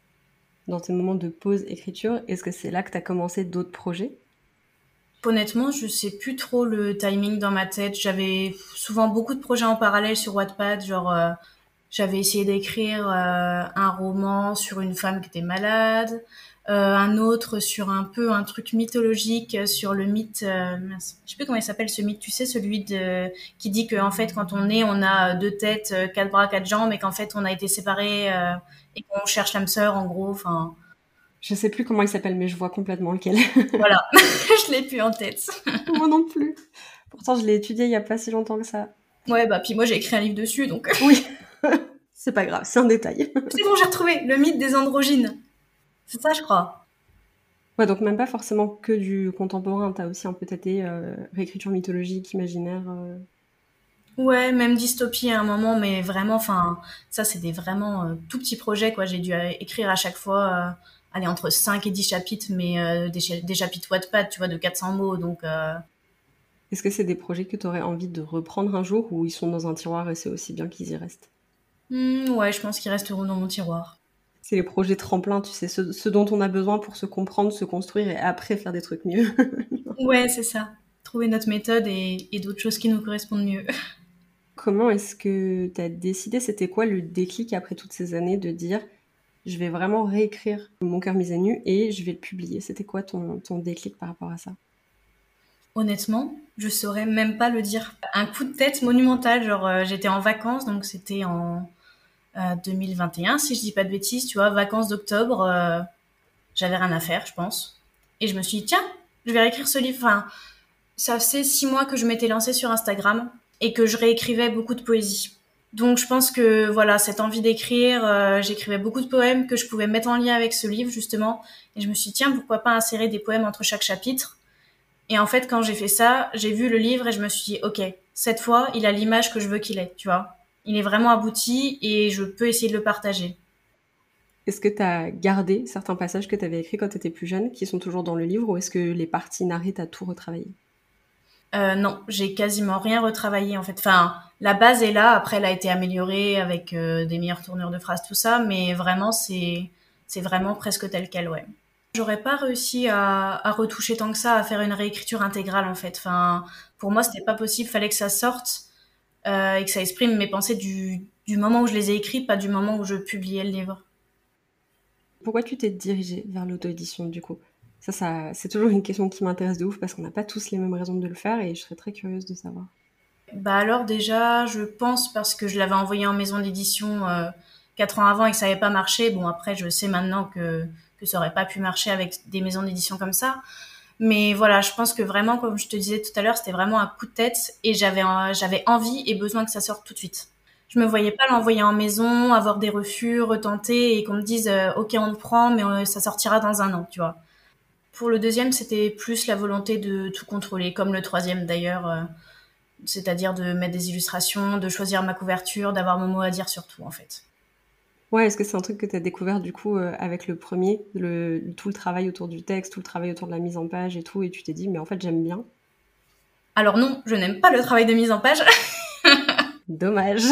Dans tes moments de pause écriture, est-ce que c'est là que tu as commencé d'autres projets? Honnêtement, je sais plus trop le timing dans ma tête. J'avais souvent beaucoup de projets en parallèle sur Wattpad, genre euh, j'avais essayé d'écrire euh, un roman sur une femme qui était malade, euh, un autre sur un peu un truc mythologique euh, sur le mythe, euh, mince, je sais plus comment il s'appelle ce mythe, tu sais, celui de qui dit que en fait quand on est, on a deux têtes, euh, quatre bras, quatre jambes, et qu'en fait on a été séparés euh, et qu'on cherche l'âme sœur en gros. Enfin Je sais plus comment il s'appelle, mais je vois complètement lequel. voilà, je l'ai plus en tête. Moi non plus. Pourtant, je l'ai étudié il y a pas si longtemps que ça. Ouais, bah puis moi j'ai écrit un livre dessus, donc Oui, c'est pas grave, c'est un détail. c'est bon, j'ai retrouvé le mythe des androgynes. C'est ça, je crois. Ouais, donc même pas forcément que du contemporain, t'as aussi un peu tâté euh, réécriture mythologique, imaginaire. euh. Ouais, même dystopie à un moment, mais vraiment, enfin, ça c'est des vraiment euh, tout petits projets, quoi. J'ai dû euh, écrire à chaque fois, euh, aller entre cinq et dix chapitres, mais euh, des, cha- des chapitres Wattpad, tu vois, de quatre cents mots, donc euh, Est-ce que c'est des projets que t'aurais envie de reprendre un jour ou ils sont dans un tiroir et c'est aussi bien qu'ils y restent? hmm, ouais, je pense qu'ils resteront dans mon tiroir. C'est les projets tremplins, tu sais, ce, ce dont on a besoin pour se comprendre, se construire et après faire des trucs mieux. Ouais, c'est ça. Trouver notre méthode et, et d'autres choses qui nous correspondent mieux. Comment est-ce que t'as décidé, c'était quoi le déclic après toutes ces années de dire je vais vraiment réécrire Mon cœur mis à nu et je vais le publier? C'était quoi ton, ton déclic par rapport à ça? Honnêtement, je saurais même pas le dire. Un coup de tête monumental, genre euh, j'étais en vacances, donc c'était en euh, deux mille vingt et un, si je dis pas de bêtises, tu vois, vacances d'octobre, euh, j'avais rien à faire, je pense. Et je me suis dit, tiens, je vais réécrire ce livre. Enfin, ça faisait six mois que je m'étais lancée sur Instagram et que je réécrivais beaucoup de poésie. Donc je pense que voilà, cette envie d'écrire, euh, j'écrivais beaucoup de poèmes que je pouvais mettre en lien avec ce livre justement. Et je me suis dit, tiens, pourquoi pas insérer des poèmes entre chaque chapitre. Et en fait, quand j'ai fait ça, j'ai vu le livre et je me suis dit, ok, cette fois, il a l'image que je veux qu'il ait, tu vois. Il est vraiment abouti et je peux essayer de le partager. Est-ce que t'as gardé certains passages que t'avais écrits quand t'étais plus jeune, qui sont toujours dans le livre, ou est-ce que les parties narrées, t'as tout retravaillé? Euh, non, j'ai quasiment rien retravaillé en fait. Enfin, la base est là. Après, elle a été améliorée avec euh, des meilleures tournures de phrases, tout ça. Mais vraiment, c'est c'est vraiment presque tel quel, ouais. J'aurais pas réussi à, à retoucher tant que ça, à faire une réécriture intégrale en fait. Enfin, pour moi, c'était pas possible. Fallait que ça sorte euh, et que ça exprime mes pensées du du moment où je les ai écrites, pas du moment où je publiais le livre. Pourquoi tu t'es dirigée vers l'auto-édition du coup? Ça, ça, c'est toujours une question qui m'intéresse de ouf parce qu'on n'a pas tous les mêmes raisons de le faire et je serais très curieuse de savoir. Bah alors déjà, je pense parce que je l'avais envoyé en maison d'édition euh, quatre ans avant et que ça n'avait pas marché. Bon après, je sais maintenant que que ça aurait pas pu marcher avec des maisons d'édition comme ça. Mais voilà, je pense que vraiment, comme je te disais tout à l'heure, c'était vraiment un coup de tête et j'avais euh, j'avais envie et besoin que ça sorte tout de suite. Je me voyais pas l'envoyer en maison, avoir des refus, retenter et qu'on me dise euh, ok on le prend, mais euh, ça sortira dans un an, tu vois. Pour le deuxième, c'était plus la volonté de tout contrôler, comme le troisième d'ailleurs. euh, c'est-à-dire de mettre des illustrations, de choisir ma couverture, d'avoir mon mot à dire sur tout, en fait. Ouais, est-ce que c'est un truc que tu as découvert du coup euh, avec le premier, le, tout le travail autour du texte, tout le travail autour de la mise en page et tout, et tu t'es dit, mais en fait, j'aime bien. Alors non, je n'aime pas le travail de mise en page. Dommage.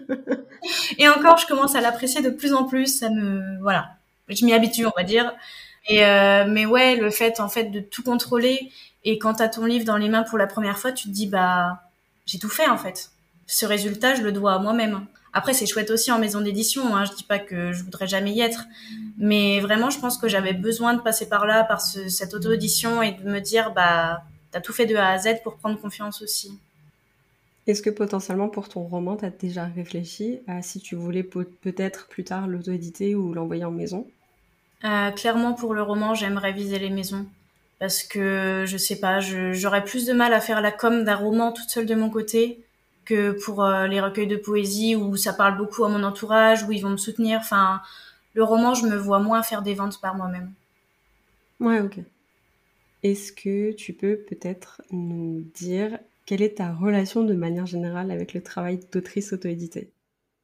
Et encore, je commence à l'apprécier de plus en plus. Ça me, voilà, je m'y habitue, on va dire. Et euh, mais ouais, le fait en fait de tout contrôler et quand t'as ton livre dans les mains pour la première fois, tu te dis bah j'ai tout fait en fait. Ce résultat, je le dois à moi-même. Après, c'est chouette aussi en maison d'édition. Hein. Je dis pas que je voudrais jamais y être, mais vraiment, je pense que j'avais besoin de passer par là, par ce, cette auto-édition et de me dire bah t'as tout fait de A à Z pour prendre confiance aussi. Est-ce que potentiellement pour ton roman, tu as déjà réfléchi à si tu voulais peut- peut-être plus tard l'auto-éditer ou l'envoyer en maison? Euh, clairement, pour le roman, j'aimerais viser les maisons. Parce que, je sais pas, je- j'aurais plus de mal à faire la com d'un roman toute seule de mon côté que pour euh, les recueils de poésie où ça parle beaucoup à mon entourage, où ils vont me soutenir. Enfin, le roman, je me vois moins faire des ventes par moi-même. Ouais, ok. Est-ce que tu peux peut-être nous dire quelle est ta relation de manière générale avec le travail d'autrice auto-éditée?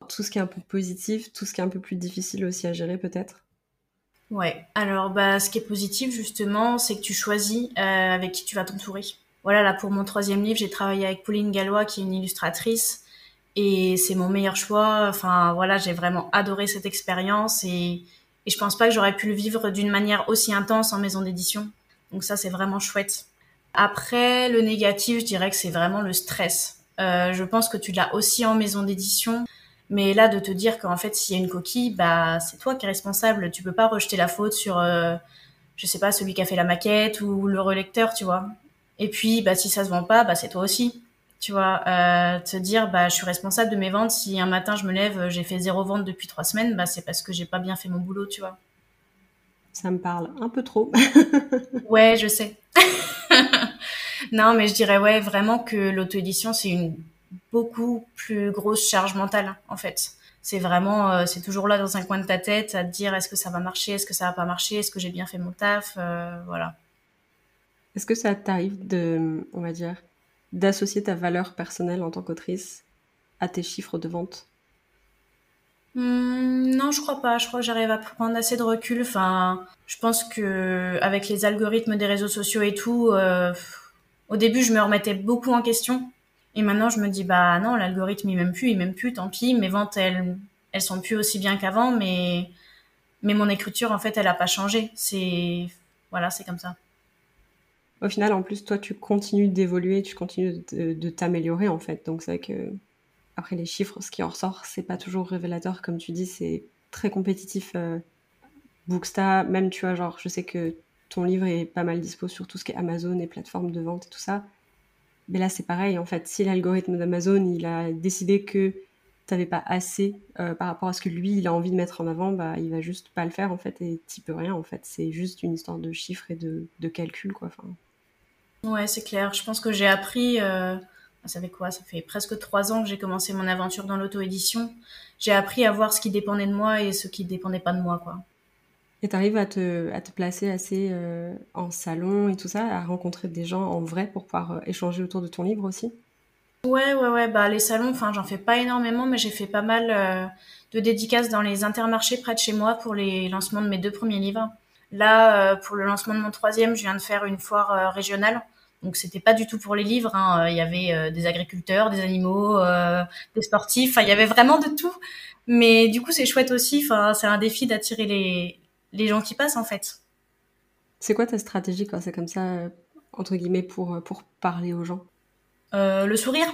tout ce qui est un peu positif, tout ce qui est un peu plus difficile aussi à gérer peut-être. Ouais. Alors, bah, ce qui est positif, justement, c'est que tu choisis euh, avec qui tu vas t'entourer. Voilà, là, pour mon troisième livre, j'ai travaillé avec Pauline Gallois, qui est une illustratrice, et c'est mon meilleur choix. Enfin, voilà, j'ai vraiment adoré cette expérience, et, et je pense pas que j'aurais pu le vivre d'une manière aussi intense en maison d'édition. Donc ça, c'est vraiment chouette. Après, le négatif, je dirais que c'est vraiment le stress. Euh, je pense que tu l'as aussi en maison d'édition. Mais là, de te dire qu'en fait, s'il y a une coquille, bah, c'est toi qui es responsable. Tu peux pas rejeter la faute sur, euh, je sais pas, celui qui a fait la maquette ou le relecteur, tu vois. Et puis, bah, si ça se vend pas, bah, c'est toi aussi. Tu vois, euh, te dire, bah, je suis responsable de mes ventes. Si un matin je me lève, j'ai fait zéro vente depuis trois semaines, bah, c'est parce que j'ai pas bien fait mon boulot, tu vois. Ça me parle un peu trop. Ouais, je sais. Non, mais je dirais, ouais, vraiment que l'auto-édition, c'est une beaucoup plus grosse charge mentale, en fait. C'est vraiment, euh, c'est toujours là dans un coin de ta tête à te dire est-ce que ça va marcher, est-ce que ça va pas marcher, est-ce que j'ai bien fait mon taf, euh, voilà. Est-ce que ça t'arrive de, on va dire, d'associer ta valeur personnelle en tant qu'autrice à tes chiffres de vente? Hum, non, je crois pas. Je crois que j'arrive à prendre assez de recul. Enfin, je pense que avec les algorithmes des réseaux sociaux et tout, euh, au début, je me remettais beaucoup en question. Et maintenant, je me dis, bah non, l'algorithme, il m'aime plus, il m'aime plus, tant pis. Mes ventes, elles, elles sont plus aussi bien qu'avant, mais, mais mon écriture, en fait, elle a pas changé. C'est, voilà, c'est comme ça. Au final, en plus, toi, tu continues d'évoluer, tu continues de, de t'améliorer, en fait. Donc, c'est vrai que, après, les chiffres, ce qui en ressort, c'est pas toujours révélateur. Comme tu dis, c'est très compétitif. Euh, Booksta, même, tu vois, genre, je sais que ton livre est pas mal dispo sur tout ce qui est Amazon et plateformes de vente et tout ça. Mais là, c'est pareil, en fait. Si l'algorithme d'Amazon, il a décidé que t'avais pas assez euh, par rapport à ce que lui, il a envie de mettre en avant, bah, il va juste pas le faire, en fait, et t'y peux rien, en fait. C'est juste une histoire de chiffres et de, de calcul, quoi. Enfin, Ouais, c'est clair. Je pense que j'ai appris, euh, ça fait quoi? Ça fait presque trois ans que j'ai commencé mon aventure dans l'auto-édition. J'ai appris à voir ce qui dépendait de moi et ce qui dépendait pas de moi, quoi. et t'arrives à te, à te placer assez euh, en salon et tout ça, à rencontrer des gens en vrai pour pouvoir euh, échanger autour de ton livre aussi. Ouais, ouais, ouais. Bah les salons, enfin, j'en fais pas énormément, mais j'ai fait pas mal euh, de dédicaces dans les intermarchés près de chez moi pour les lancements de mes deux premiers livres. Là, euh, pour le lancement de mon troisième, je viens de faire une foire euh, régionale. Donc c'était pas du tout pour les livres, hein. Euh, Il y avait euh, des agriculteurs, des animaux, euh, des sportifs. Enfin, il y avait vraiment de tout. Mais du coup, c'est chouette aussi. Enfin, c'est un défi d'attirer les les gens qui passent en fait. C'est quoi ta stratégie quand c'est comme ça, euh, entre guillemets, pour, euh, pour parler aux gens? Euh, le sourire.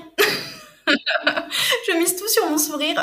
Je mise tout sur mon sourire.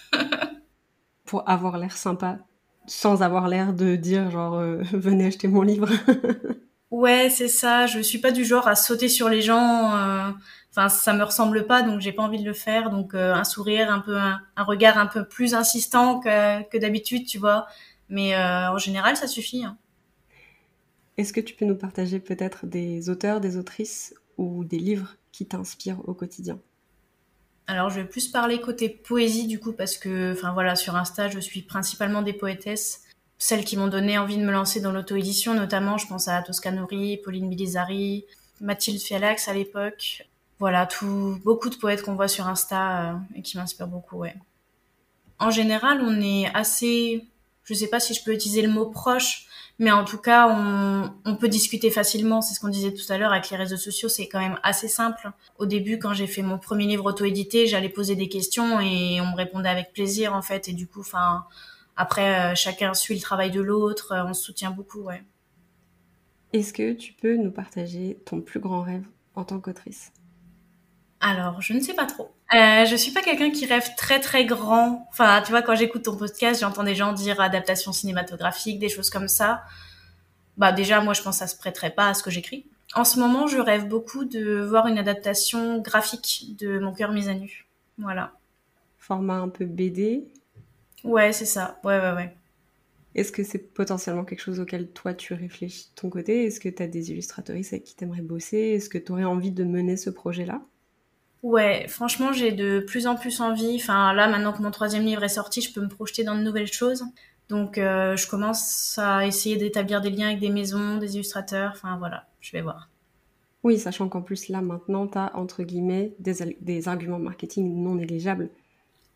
Pour avoir l'air sympa, sans avoir l'air de dire genre euh, venez acheter mon livre. Ouais, c'est ça. Je suis pas du genre à sauter sur les gens. euh, Enfin, ça me ressemble pas, donc j'ai pas envie de le faire. Donc euh, un sourire, un peu un, un regard un peu plus insistant que, que d'habitude, tu vois. Mais euh, en général, ça suffit, hein. Est-ce que tu peux nous partager peut-être des auteurs, des autrices ou des livres qui t'inspirent au quotidien? Alors, je vais plus parler côté poésie du coup parce que, enfin voilà, sur Insta, je suis principalement des poétesses, celles qui m'ont donné envie de me lancer dans l'auto-édition, notamment, je pense à Tosca Nori, Pauline Bilizari, Mathilde Fialax à l'époque. Voilà, tout, beaucoup de poètes qu'on voit sur Insta euh, et qui m'inspirent beaucoup, ouais. En général, on est assez, je sais pas si je peux utiliser le mot proche, mais en tout cas, on, on peut discuter facilement. C'est ce qu'on disait tout à l'heure avec les réseaux sociaux, c'est quand même assez simple. Au début, quand j'ai fait mon premier livre auto-édité, j'allais poser des questions et on me répondait avec plaisir, en fait. Et du coup, enfin, après, euh, chacun suit le travail de l'autre, euh, on se soutient beaucoup, ouais. Est-ce que tu peux nous partager ton plus grand rêve en tant qu'autrice? Alors, je ne sais pas trop. Euh, je suis pas quelqu'un qui rêve très très grand. Enfin, tu vois, quand j'écoute ton podcast, j'entends des gens dire adaptation cinématographique, des choses comme ça. Bah déjà, moi, je pense que ça se prêterait pas à ce que j'écris. En ce moment, je rêve beaucoup de voir une adaptation graphique de Mon cœur mis à nu. Voilà. Format un peu B D? Ouais, c'est ça. Ouais, ouais, ouais. Est-ce que c'est potentiellement quelque chose auquel toi tu réfléchis de ton côté? Est-ce que tu as des illustratrices avec qui t'aimerais bosser? Est-ce que tu aurais envie de mener ce projet-là? Ouais, franchement, j'ai de plus en plus envie. Enfin, là, maintenant que mon troisième livre est sorti, je peux me projeter dans de nouvelles choses. Donc, euh, je commence à essayer d'établir des liens avec des maisons, des illustrateurs. Enfin, voilà, je vais voir. Oui, sachant qu'en plus là maintenant tu as entre guillemets des, al- des arguments marketing non négligeables.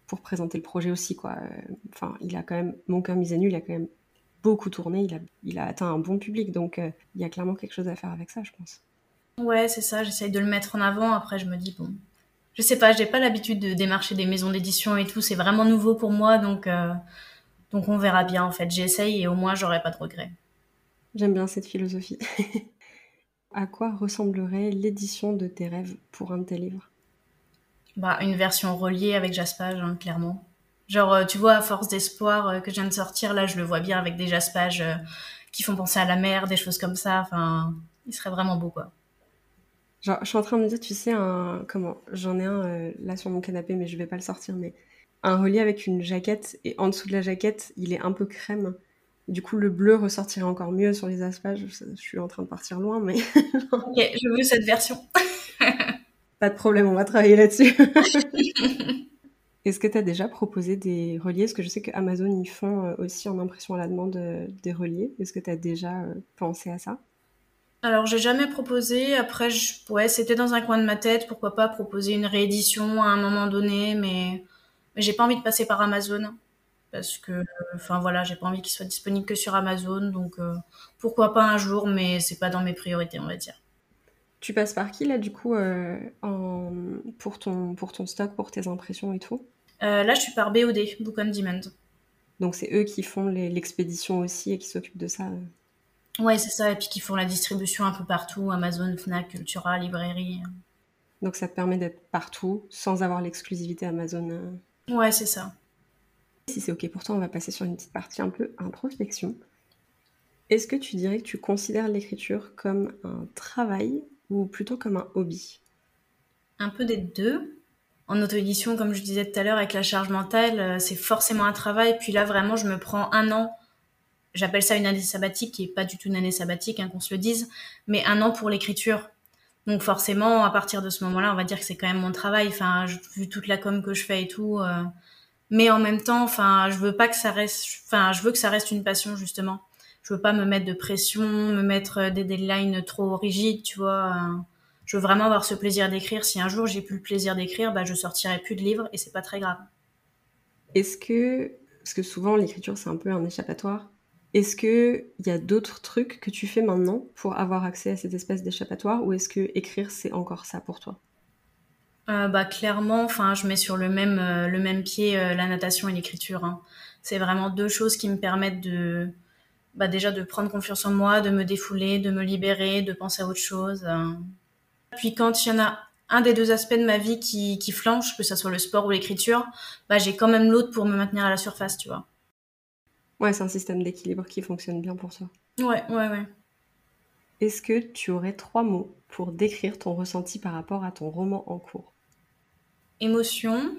pour présenter le projet aussi, quoi. Enfin, il a quand même, Mon cœur mise à nu, il a quand même beaucoup tourné, il a, il a atteint un bon public, donc euh, il y a clairement quelque chose à faire avec ça, je pense. Ouais, c'est ça, j'essaye de le mettre en avant. Après, je me dis, bon, je sais pas, j'ai pas l'habitude de démarcher des maisons d'édition et tout, c'est vraiment nouveau pour moi, donc, euh, donc on verra bien, en fait. J'essaye et au moins, j'aurai pas de regrets. J'aime bien cette philosophie. À quoi ressemblerait l'édition de tes rêves pour un de tes livres? Bah, une version reliée avec Jaspage, hein, clairement. Genre, euh, tu vois, à Force d'espoir euh, que je viens de sortir, là, je le vois bien avec des Jaspages euh, qui font penser à la mer, des choses comme ça. Enfin, il serait vraiment beau, quoi. Genre, je suis en train de me dire, tu sais, un, comment, j'en ai un euh, là sur mon canapé, mais je vais pas le sortir, mais un relié avec une jaquette, et en dessous de la jaquette, il est un peu crème. Du coup, le bleu ressortirait encore mieux sur les aspages. Je, je suis en train de partir loin, mais Ok, je veux cette version. pas de problème, on va travailler là-dessus. Est-ce que tu as déjà proposé des reliés? Parce que je sais que Amazon, ils font euh, aussi en impression à la demande euh, des reliés. Est-ce que tu as déjà euh, pensé à ça? Alors, j'ai jamais proposé. Après, je... ouais, c'était dans un coin de ma tête. Pourquoi pas proposer une réédition à un moment donné, mais, mais j'ai pas envie de passer par Amazon. Parce que, enfin voilà, j'ai pas envie qu'il soit disponible que sur Amazon. Donc, euh, pourquoi pas un jour, mais c'est pas dans mes priorités, on va dire. Tu passes par qui là du coup euh, en... pour, ton, pour ton stock, pour tes impressions et tout? Euh, là, je suis par B O D, Book on Demand. Donc c'est eux qui font les- l'expédition aussi et qui s'occupent de ça. euh. Ouais, c'est ça. Et puis qui font la distribution un peu partout, Amazon, Fnac, Cultura, librairie. Donc ça te permet d'être partout sans avoir l'exclusivité Amazon. euh. Ouais, c'est ça. Si c'est ok pour toi, on va passer sur une petite partie un peu introspection. Est-ce que tu dirais que tu considères l'écriture comme un travail ou plutôt comme un hobby? Un peu des deux. En auto-édition, comme je disais tout à l'heure, avec la charge mentale, euh, c'est forcément un travail. Puis là, vraiment, je me prends un an. J'appelle ça une année sabbatique, qui est pas du tout une année sabbatique, hein, qu'on se le dise, mais un an pour l'écriture. Donc forcément, à partir de ce moment-là, on va dire que c'est quand même mon travail. Enfin, je- vu toute la com que je fais et tout, euh, mais en même temps, enfin, je veux pas que ça reste, enfin, je veux que ça reste une passion justement. Je veux pas me mettre de pression, me mettre euh, des deadlines trop rigides, tu vois. euh. Je veux vraiment avoir ce plaisir d'écrire. Si un jour j'ai plus le plaisir d'écrire, bah je sortirai plus de livres et c'est pas très grave. Est-ce que, parce que souvent l'écriture c'est un peu un échappatoire, est-ce que il y a d'autres trucs que tu fais maintenant pour avoir accès à cette espèce d'échappatoire ou est-ce que écrire c'est encore ça pour toi? Euh, bah clairement, enfin, je mets sur le même euh, le même pied euh, la natation et l'écriture, hein. C'est vraiment deux choses qui me permettent de, bah déjà de prendre confiance en moi, de me défouler, de me libérer, de penser à autre chose. euh. Puis quand il y en a un des deux aspects de ma vie qui, qui flanche, que ça soit le sport ou l'écriture, bah j'ai quand même l'autre pour me maintenir à la surface, tu vois. Ouais, c'est un système d'équilibre qui fonctionne bien pour toi. Ouais, ouais, ouais. Est-ce que tu aurais trois mots pour décrire ton ressenti par rapport à ton roman en cours? Émotion,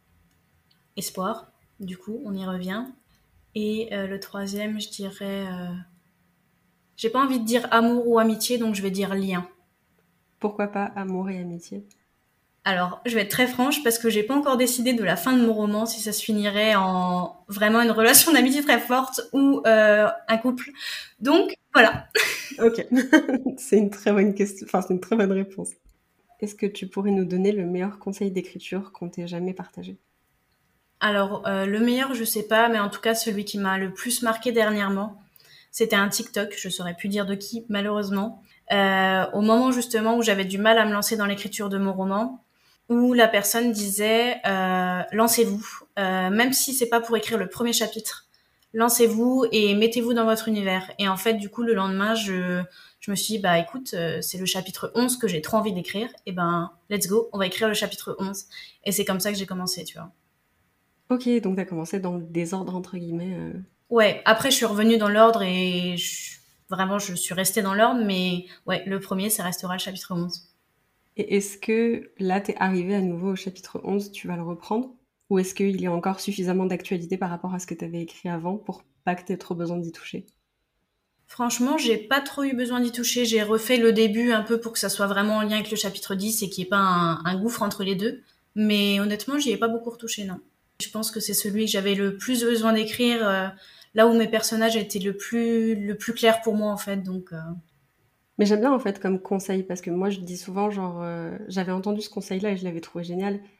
espoir, du coup, on y revient. Et euh, le troisième, je dirais... euh, J'ai pas envie de dire amour ou amitié, donc je vais dire lien. Pourquoi pas amour et amitié? Alors, je vais être très franche parce que j'ai pas encore décidé de la fin de mon roman, si ça se finirait en vraiment une relation d'amitié très forte ou euh, un couple. Donc, voilà. Ok, c'est une très bonne question, enfin c'est une très bonne réponse. Est-ce que tu pourrais nous donner le meilleur conseil d'écriture qu'on t'ait jamais partagé? Alors, euh, le meilleur, je sais pas, mais en tout cas, celui qui m'a le plus marqué dernièrement, c'était un TikTok, je saurais plus dire de qui, malheureusement. Euh, au moment justement où j'avais du mal à me lancer dans l'écriture de mon roman, où la personne disait euh, lancez-vous, euh, même si c'est pas pour écrire le premier chapitre, lancez-vous et mettez-vous dans votre univers. Et en fait, du coup, le lendemain, je je me suis dit, bah écoute, euh, c'est le chapitre onze que j'ai trop envie d'écrire, et ben let's go, on va écrire le chapitre onze. Et c'est comme ça que j'ai commencé, tu vois. Ok, donc t'as commencé dans le désordre entre guillemets. euh. Ouais, après je suis revenue dans l'ordre et je- vraiment je suis restée dans l'ordre, mais ouais, le premier, ça restera le chapitre onze. Et est-ce que là t'es arrivé à nouveau au chapitre onze, tu vas le reprendre? Ou est-ce qu'il y a encore suffisamment d'actualité par rapport à ce que t'avais écrit avant pour pas que t'aies trop besoin d'y toucher? Franchement, j'ai pas trop eu besoin d'y toucher. J'ai refait le début un peu pour que ça soit vraiment en lien avec le chapitre dix et qu'il n'y ait pas un, un gouffre entre les deux. Mais honnêtement, j'y ai pas beaucoup retouché, non. Je pense que c'est celui que j'avais le plus besoin d'écrire, euh, là où mes personnages étaient le plus, le plus clair pour moi, en fait. Donc, euh, Mais j'aime bien en fait comme conseil parce que moi je dis souvent genre euh, j'avais entendu ce conseil-là et je l'avais trouvé génial.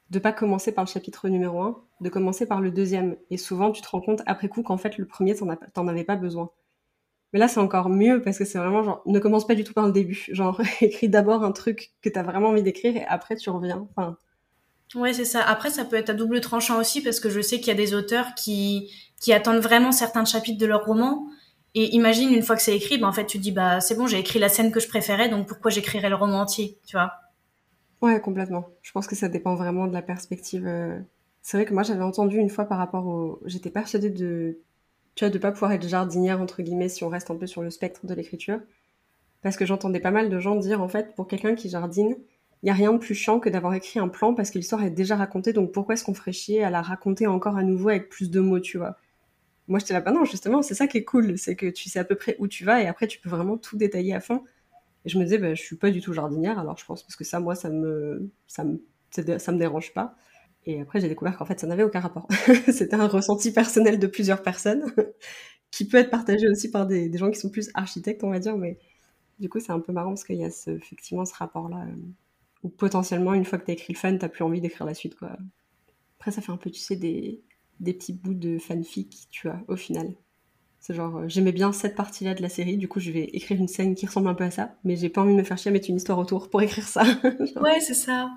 de pas commencer par le chapitre numéro un, de commencer par le deuxième. Et souvent, tu te rends compte après coup qu'en fait, le premier, t'en, as, t'en avais pas besoin. Mais là, c'est encore mieux parce que c'est vraiment genre, ne commence pas du tout par le début. Genre, écris d'abord un truc que t'as vraiment envie d'écrire et après tu reviens. Enfin, Ouais, c'est ça. Après, ça peut être à double tranchant aussi parce que je sais qu'il y a des auteurs qui, qui attendent vraiment certains chapitres de leur roman. Et imagine, une fois que c'est écrit, ben, en fait, tu te dis, bah, c'est bon, j'ai écrit la scène que je préférais, donc pourquoi j'écrirais le roman entier, tu vois? ouais, complètement. Je pense que ça dépend vraiment de la perspective. euh. C'est vrai que moi, j'avais entendu une fois par rapport au... J'étais persuadée de, tu vois, de pas pouvoir être jardinière, entre guillemets, si on reste un peu sur le spectre de l'écriture. Parce que j'entendais pas mal de gens dire, en fait, pour quelqu'un qui jardine, il y a rien de plus chiant que d'avoir écrit un plan parce que l'histoire est déjà racontée, donc pourquoi est-ce qu'on ferait chier à la raconter encore à nouveau avec plus de mots, tu vois? Moi, j'étais là, bah non, justement, c'est ça qui est cool, c'est que tu sais à peu près où tu vas et après, tu peux vraiment tout détailler à fond. Et je me disais, bah, je suis pas du tout jardinière, alors je pense parce que ça, moi, ça me, ça me, ça dé- ça me dérange pas. Et après, j'ai découvert qu'en fait, ça n'avait aucun rapport. C'était un ressenti personnel de plusieurs personnes qui peut être partagé aussi par des, des gens qui sont plus architectes, on va dire, mais du coup, c'est un peu marrant parce qu'il y a ce, effectivement ce rapport-là euh, où potentiellement, une fois que t'as écrit le fan, t'as plus envie d'écrire la suite, quoi. Après, ça fait un peu, tu sais, des, des petits bouts de fanfic, tu vois, au final. C'est genre, euh, j'aimais bien cette partie-là de la série, du coup, je vais écrire une scène qui ressemble un peu à ça, mais j'ai pas envie de me faire chier à mettre une histoire autour pour écrire ça. Genre. Ouais, c'est ça.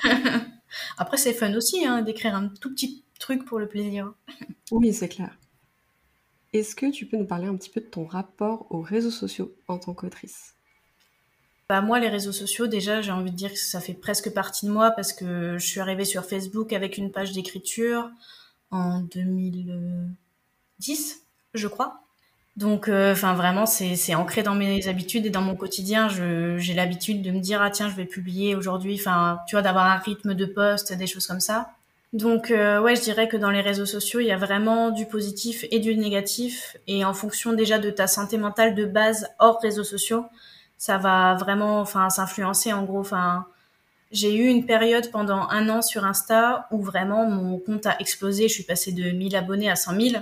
Après, c'est fun aussi, hein, d'écrire un tout petit truc pour le plaisir. Oui, c'est clair. Est-ce que tu peux nous parler un petit peu de ton rapport aux réseaux sociaux en tant qu'autrice? Bah, moi, les réseaux sociaux, déjà, j'ai envie de dire que ça fait presque partie de moi parce que je suis arrivée sur Facebook avec une page d'écriture en deux mille dix, je crois. Donc, euh, enfin, vraiment, c'est c'est ancré dans mes habitudes et dans mon quotidien. Je j'ai l'habitude de me dire, ah tiens, je vais publier aujourd'hui. Enfin, tu vois, d'avoir un rythme de poste, des choses comme ça. Donc, euh, ouais, je dirais que dans les réseaux sociaux, il y a vraiment du positif et du négatif. Et en fonction déjà de ta santé mentale de base hors réseaux sociaux, ça va vraiment, enfin, s'influencer en gros. Enfin, j'ai eu une période pendant un an sur Insta où vraiment mon compte a explosé. Je suis passée de mille abonnés à cent mille.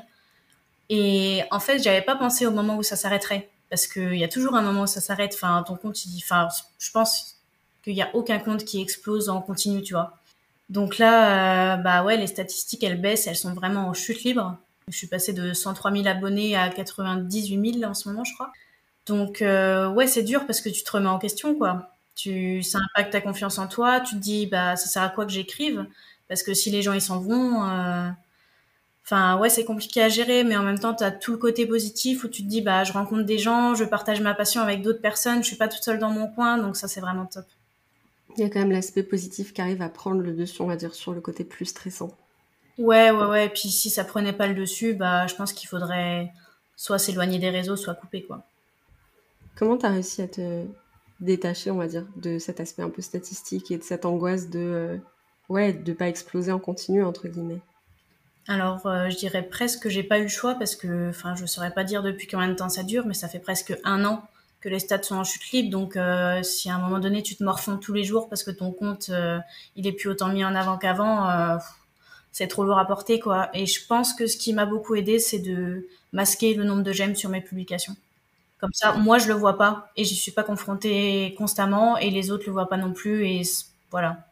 Et en fait, j'avais pas pensé au moment où ça s'arrêterait. Parce qu'il y a toujours un moment où ça s'arrête. Enfin, ton compte, il dit, enfin, je pense qu'il y a aucun compte qui explose en continu, tu vois. Donc là, euh, bah ouais, les statistiques, elles baissent, elles sont vraiment en chute libre. Je suis passée de cent trois mille abonnés à quatre-vingt-dix-huit mille en ce moment, je crois. Donc euh, ouais, c'est dur parce que tu te remets en question, quoi. Tu, ça impacte ta confiance en toi. Tu te dis, bah ça sert à quoi que j'écrive? Parce que si les gens ils s'en vont, euh, enfin ouais, c'est compliqué à gérer, mais en même temps, t'as tout le côté positif où tu te dis, bah je rencontre des gens, je partage ma passion avec d'autres personnes, je suis pas toute seule dans mon coin, donc ça c'est vraiment top. Il y a quand même l'aspect positif qui arrive à prendre le dessus, on va dire, sur le côté plus stressant. Ouais, ouais, ouais. Puis si ça prenait pas le dessus, bah, je pense qu'il faudrait soit s'éloigner des réseaux, soit couper, quoi. Comment t'as réussi à te détacher, on va dire, de cet aspect un peu statistique et de cette angoisse de, euh, ouais, de pas exploser en continu, entre guillemets? Alors, euh, je dirais presque que j'ai pas eu le choix parce que, enfin, je saurais pas dire depuis combien de temps ça dure, mais ça fait presque un an que les stats sont en chute libre. Donc, euh, si à un moment donné tu te morfonds tous les jours parce que ton compte, euh, il est plus autant mis en avant qu'avant, euh, c'est trop lourd à porter, quoi. Et je pense que ce qui m'a beaucoup aidé, c'est de masquer le nombre de j'aime sur mes publications. Comme ça, moi, je le vois pas et j'y suis pas confrontée constamment et les autres le voient pas non plus et c- voilà.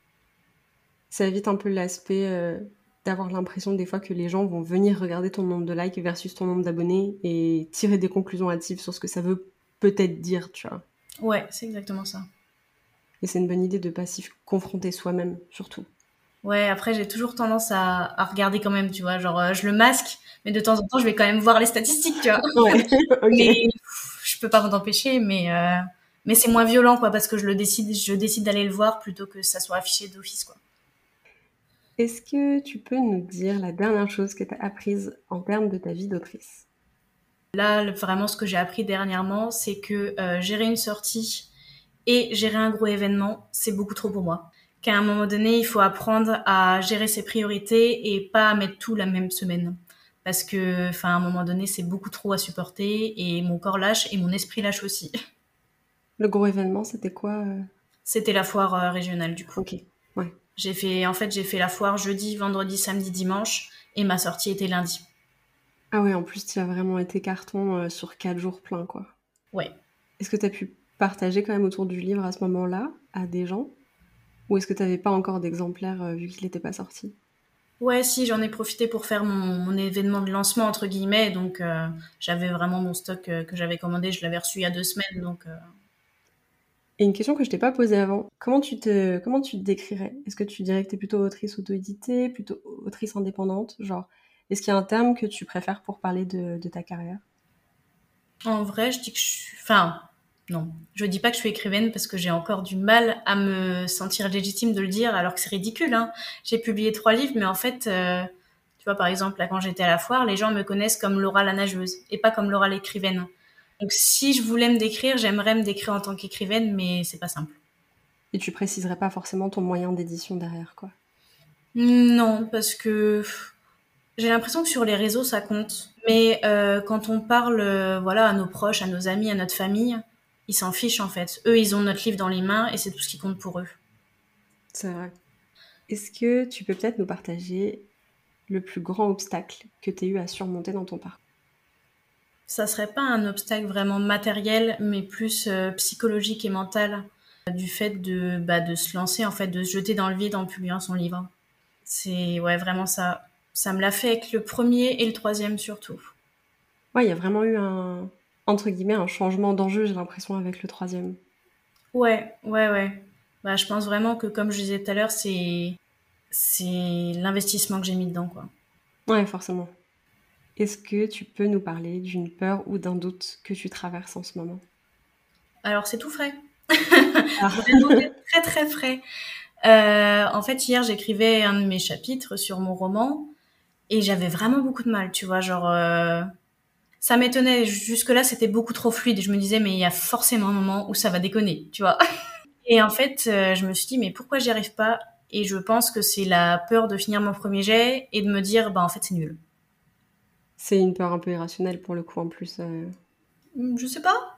Ça évite un peu l'aspect euh, d'avoir l'impression des fois que les gens vont venir regarder ton nombre de likes versus ton nombre d'abonnés et tirer des conclusions hâtives sur ce que ça veut peut-être dire, tu vois. Ouais, c'est exactement ça. Et c'est une bonne idée de pas s'y confronter soi-même, surtout. Ouais, après, j'ai toujours tendance à, à regarder quand même, tu vois, genre, euh, je le masque, mais de temps en temps, je vais quand même voir les statistiques, tu vois. Ouais, Mais ok. pff, je peux pas m'en empêcher, mais, euh, mais c'est moins violent, quoi, parce que je le décide, je décide d'aller le voir plutôt que ça soit affiché d'office, quoi. Est-ce que tu peux nous dire la dernière chose que tu as apprise en termes de ta vie d'autrice? Là, le- vraiment, ce que j'ai appris dernièrement, c'est que euh, gérer une sortie et gérer un gros événement, c'est beaucoup trop pour moi. Qu'à un moment donné, il faut apprendre à gérer ses priorités et pas à mettre tout la même semaine. Parce que, enfin, à un moment donné, c'est beaucoup trop à supporter et mon corps lâche et mon esprit lâche aussi. Le gros événement, c'était quoi? euh C'était la foire euh, régionale, du coup. Ok, ouais. J'ai fait, en fait, j'ai fait la foire jeudi, vendredi, samedi, dimanche et ma sortie était lundi. Ah ouais, en plus, tu as vraiment été carton euh, sur quatre jours pleins, quoi. Ouais. Est-ce que tu as pu partager quand même autour du livre à ce moment-là, à des gens? Ou est-ce que tu n'avais pas encore d'exemplaire euh, vu qu'il n'était pas sorti? Ouais, si, j'en ai profité pour faire mon, mon événement de lancement, entre guillemets. Donc, euh, j'avais vraiment mon stock euh, que j'avais commandé. Je l'avais reçu il y a deux semaines. Donc, euh, Et une question que je t'ai pas posée avant, comment tu te, comment tu te décrirais? Est-ce que tu dirais que tu es plutôt autrice auto-éditée, plutôt autrice indépendante? Genre, est-ce qu'il y a un terme que tu préfères pour parler de, de ta carrière? en vrai, je dis que je suis... Enfin, non. Je dis pas que je suis écrivaine parce que j'ai encore du mal à me sentir légitime de le dire, alors que c'est ridicule, hein. J'ai publié trois livres, mais en fait, euh, tu vois, par exemple, là, quand j'étais à la foire, les gens me connaissent comme Laura la nageuse et pas comme Laura l'écrivaine. Donc, si je voulais me décrire, j'aimerais me décrire en tant qu'écrivaine, mais c'est pas simple. Et tu préciserais pas forcément ton moyen d'édition derrière, quoi. Non, parce que pff, j'ai l'impression que sur les réseaux, ça compte. Mais euh, quand on parle euh, voilà, à nos proches, à nos amis, à notre famille, ils s'en fichent en fait. Eux, ils ont notre livre dans les mains et c'est tout ce qui compte pour eux. C'est vrai. Est-ce que tu peux peut-être nous partager le plus grand obstacle que tu aies eu à surmonter dans ton parcours? Ça serait pas un obstacle vraiment matériel, mais plus euh, psychologique et mental, euh, du fait de, bah, de se lancer, en fait, de se jeter dans le vide en publiant son livre. C'est ouais, vraiment ça. Ça me l'a fait avec le premier et le troisième surtout. Ouais, il y a vraiment eu un, entre guillemets, un changement d'enjeu, j'ai l'impression, avec le troisième. Ouais, ouais, ouais. Bah, je pense vraiment que, comme je disais tout à l'heure, c'est c'est l'investissement que j'ai mis dedans, quoi. Ouais, forcément. Est-ce que tu peux nous parler d'une peur ou d'un doute que tu traverses en ce moment? Alors, c'est tout frais. Ah. Vraiment, c'est très, très frais. Euh, en fait, hier, j'écrivais un de mes chapitres sur mon roman et j'avais vraiment beaucoup de mal, tu vois, genre... euh, ça m'étonnait. Jusque-là, c'était beaucoup trop fluide. Je me disais, mais il y a forcément un moment où ça va déconner, tu vois. Et en fait, euh, je me suis dit, mais pourquoi j'y arrive pas? Et je pense que c'est la peur de finir mon premier jet et de me dire, bah en fait, c'est nul. C'est une peur un peu irrationnelle pour le coup en plus. euh. Hmm, Je sais pas.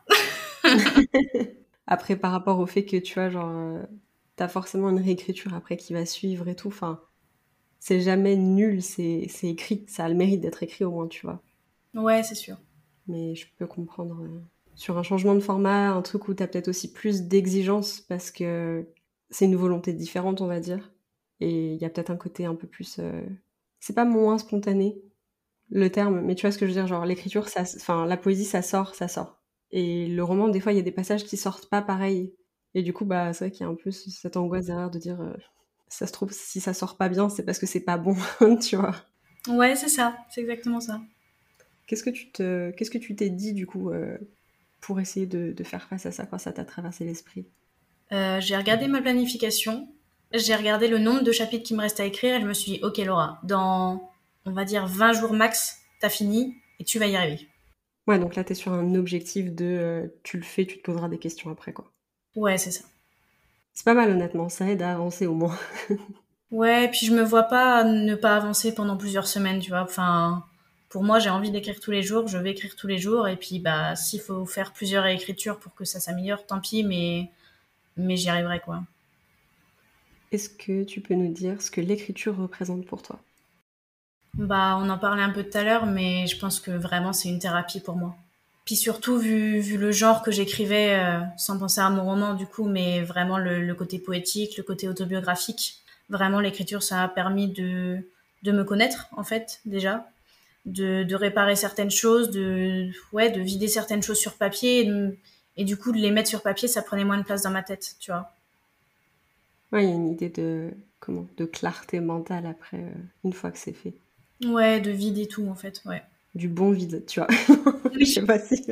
Après, par rapport au fait que tu vois, genre, euh, t'as forcément une réécriture après qui va suivre et tout. Enfin, c'est jamais nul, c'est c'est écrit. Ça a le mérite d'être écrit au moins, tu vois. Ouais, c'est sûr. Mais je peux comprendre euh, sur un changement de format, un truc où t'as peut-être aussi plus d'exigence parce que c'est une volonté différente, on va dire. Et il y a peut-être un côté un peu plus. euh, C'est pas moins spontané, le terme, mais tu vois ce que je veux dire, genre l'écriture, ça, enfin la poésie, ça sort, ça sort. Et le roman, des fois, il y a des passages qui sortent pas pareil. Et du coup, bah, c'est vrai qu'il y a un peu ce- cette angoisse derrière de dire, euh, ça se trouve, si ça sort pas bien, c'est parce que c'est pas bon, tu vois. Ouais, c'est ça. C'est exactement ça. Qu'est-ce que tu te, qu'est-ce que tu t'es dit du coup euh, pour essayer de, de faire face à ça quand ça t'a traversé l'esprit? Euh, j'ai regardé ma planification. J'ai regardé le nombre de chapitres qui me restent à écrire et je me suis dit, ok Laura, dans, on va dire, vingt jours max, t'as fini et tu vas y arriver. Ouais, donc là, t'es sur un objectif de, euh, tu le fais, tu te poseras des questions après, quoi. Ouais, c'est ça. C'est pas mal, honnêtement, ça aide à avancer au moins. Ouais, puis je me vois pas ne pas avancer pendant plusieurs semaines, tu vois. Enfin, pour moi, j'ai envie d'écrire tous les jours, je vais écrire tous les jours, et puis bah, s'il faut faire plusieurs réécritures pour que ça s'améliore, tant pis, mais mais j'y arriverai quoi. Est-ce que tu peux nous dire ce que l'écriture représente pour toi? Bah, on en parlait un peu tout à l'heure, mais je pense que vraiment c'est une thérapie pour moi. Puis surtout vu vu le genre que j'écrivais, euh, sans penser à mon roman du coup, mais vraiment le, le côté poétique, le côté autobiographique. Vraiment, l'écriture, ça a permis de de me connaître en fait déjà de, de réparer certaines choses, de, ouais, de vider certaines choses sur papier. Et, de- et du coup, de les mettre sur papier, ça prenait moins de place dans ma tête, tu vois. Ouais, il y a une idée de, comment, de clarté mentale après, euh, une fois que c'est fait. Ouais, de vider tout, en fait, ouais. Du bon vide, tu vois. Je sais Oui. pas si.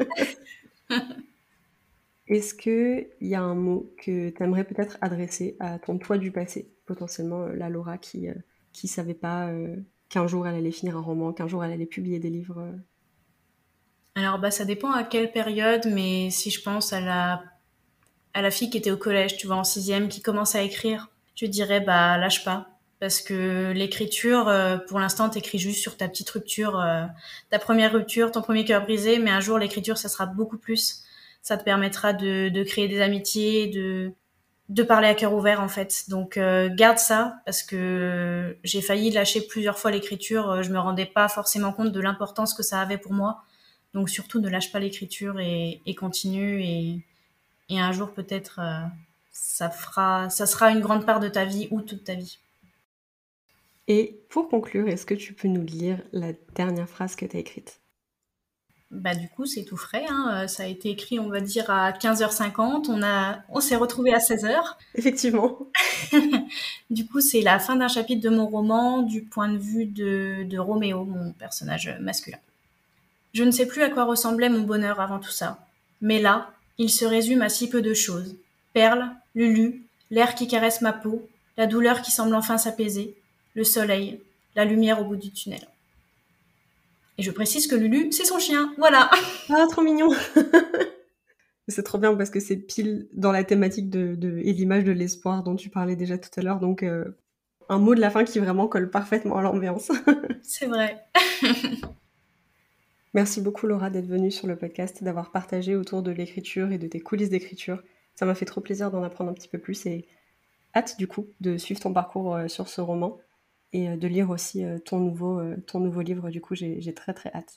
Est-ce que il y a un mot que tu aimerais peut-être adresser à ton toi du passé, potentiellement euh, la Laura qui euh, qui savait pas euh, qu'un jour elle allait finir un roman, qu'un jour elle allait publier des livres. euh. Alors, bah, ça dépend à quelle période, mais si je pense à la, à la fille qui était au collège, tu vois, en sixième, qui commence à écrire, je dirais, bah, lâche pas. Parce que l'écriture, euh, pour l'instant, t'écris juste sur ta petite rupture, euh, ta première rupture, ton premier cœur brisé, mais un jour, l'écriture, ça sera beaucoup plus. Ça te permettra de, de créer des amitiés, de, de parler à cœur ouvert, en fait. Donc, euh, garde ça, parce que j'ai failli lâcher plusieurs fois l'écriture. euh, Je me rendais pas forcément compte de l'importance que ça avait pour moi. Donc, surtout, ne lâche pas l'écriture et, et continue. Et, et un jour, peut-être, euh, ça fera, ça sera une grande part de ta vie ou toute ta vie. Et pour conclure, est-ce que tu peux nous lire la dernière phrase que tu as écrite ? Bah du coup, c'est tout frais, hein. Ça a été écrit, on va dire, à quinze heures cinquante. On, a... on s'est retrouvés à seize heures. Effectivement. Du coup, c'est la fin d'un chapitre de mon roman du point de vue de, de Roméo, mon personnage masculin. Je ne sais plus à quoi ressemblait mon bonheur avant tout ça. Mais là, il se résume à si peu de choses. Perles, Lulu, l'air qui caresse ma peau, la douleur qui semble enfin s'apaiser, le soleil, la lumière au bout du tunnel. Et je précise que Lulu, c'est son chien, voilà. Ah, trop mignon. C'est trop bien parce que c'est pile dans la thématique de, de, et l'image de l'espoir dont tu parlais déjà tout à l'heure, donc euh, un mot de la fin qui vraiment colle parfaitement à l'ambiance. C'est vrai. Merci beaucoup Laura d'être venue sur le podcast, d'avoir partagé autour de l'écriture et de tes coulisses d'écriture. Ça m'a fait trop plaisir d'en apprendre un petit peu plus et hâte du coup de suivre ton parcours euh, sur ce roman et euh, de lire aussi euh, ton, nouveau, euh, ton nouveau livre. Du coup, j'ai, j'ai très très hâte.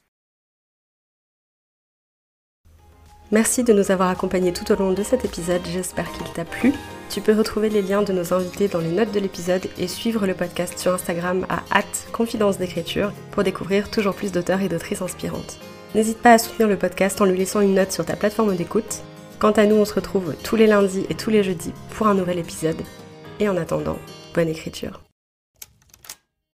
Merci de nous avoir accompagnés tout au long de cet épisode, j'espère qu'il t'a plu. Tu peux retrouver les liens de nos invités dans les notes de l'épisode et suivre le podcast sur Instagram à arobase confidence d'écriture pour découvrir toujours plus d'auteurs et d'autrices inspirantes. N'hésite pas à soutenir le podcast en lui laissant une note sur ta plateforme d'écoute. Quant à nous, on se retrouve tous les lundis et tous les jeudis pour un nouvel épisode. Et en attendant, bonne écriture.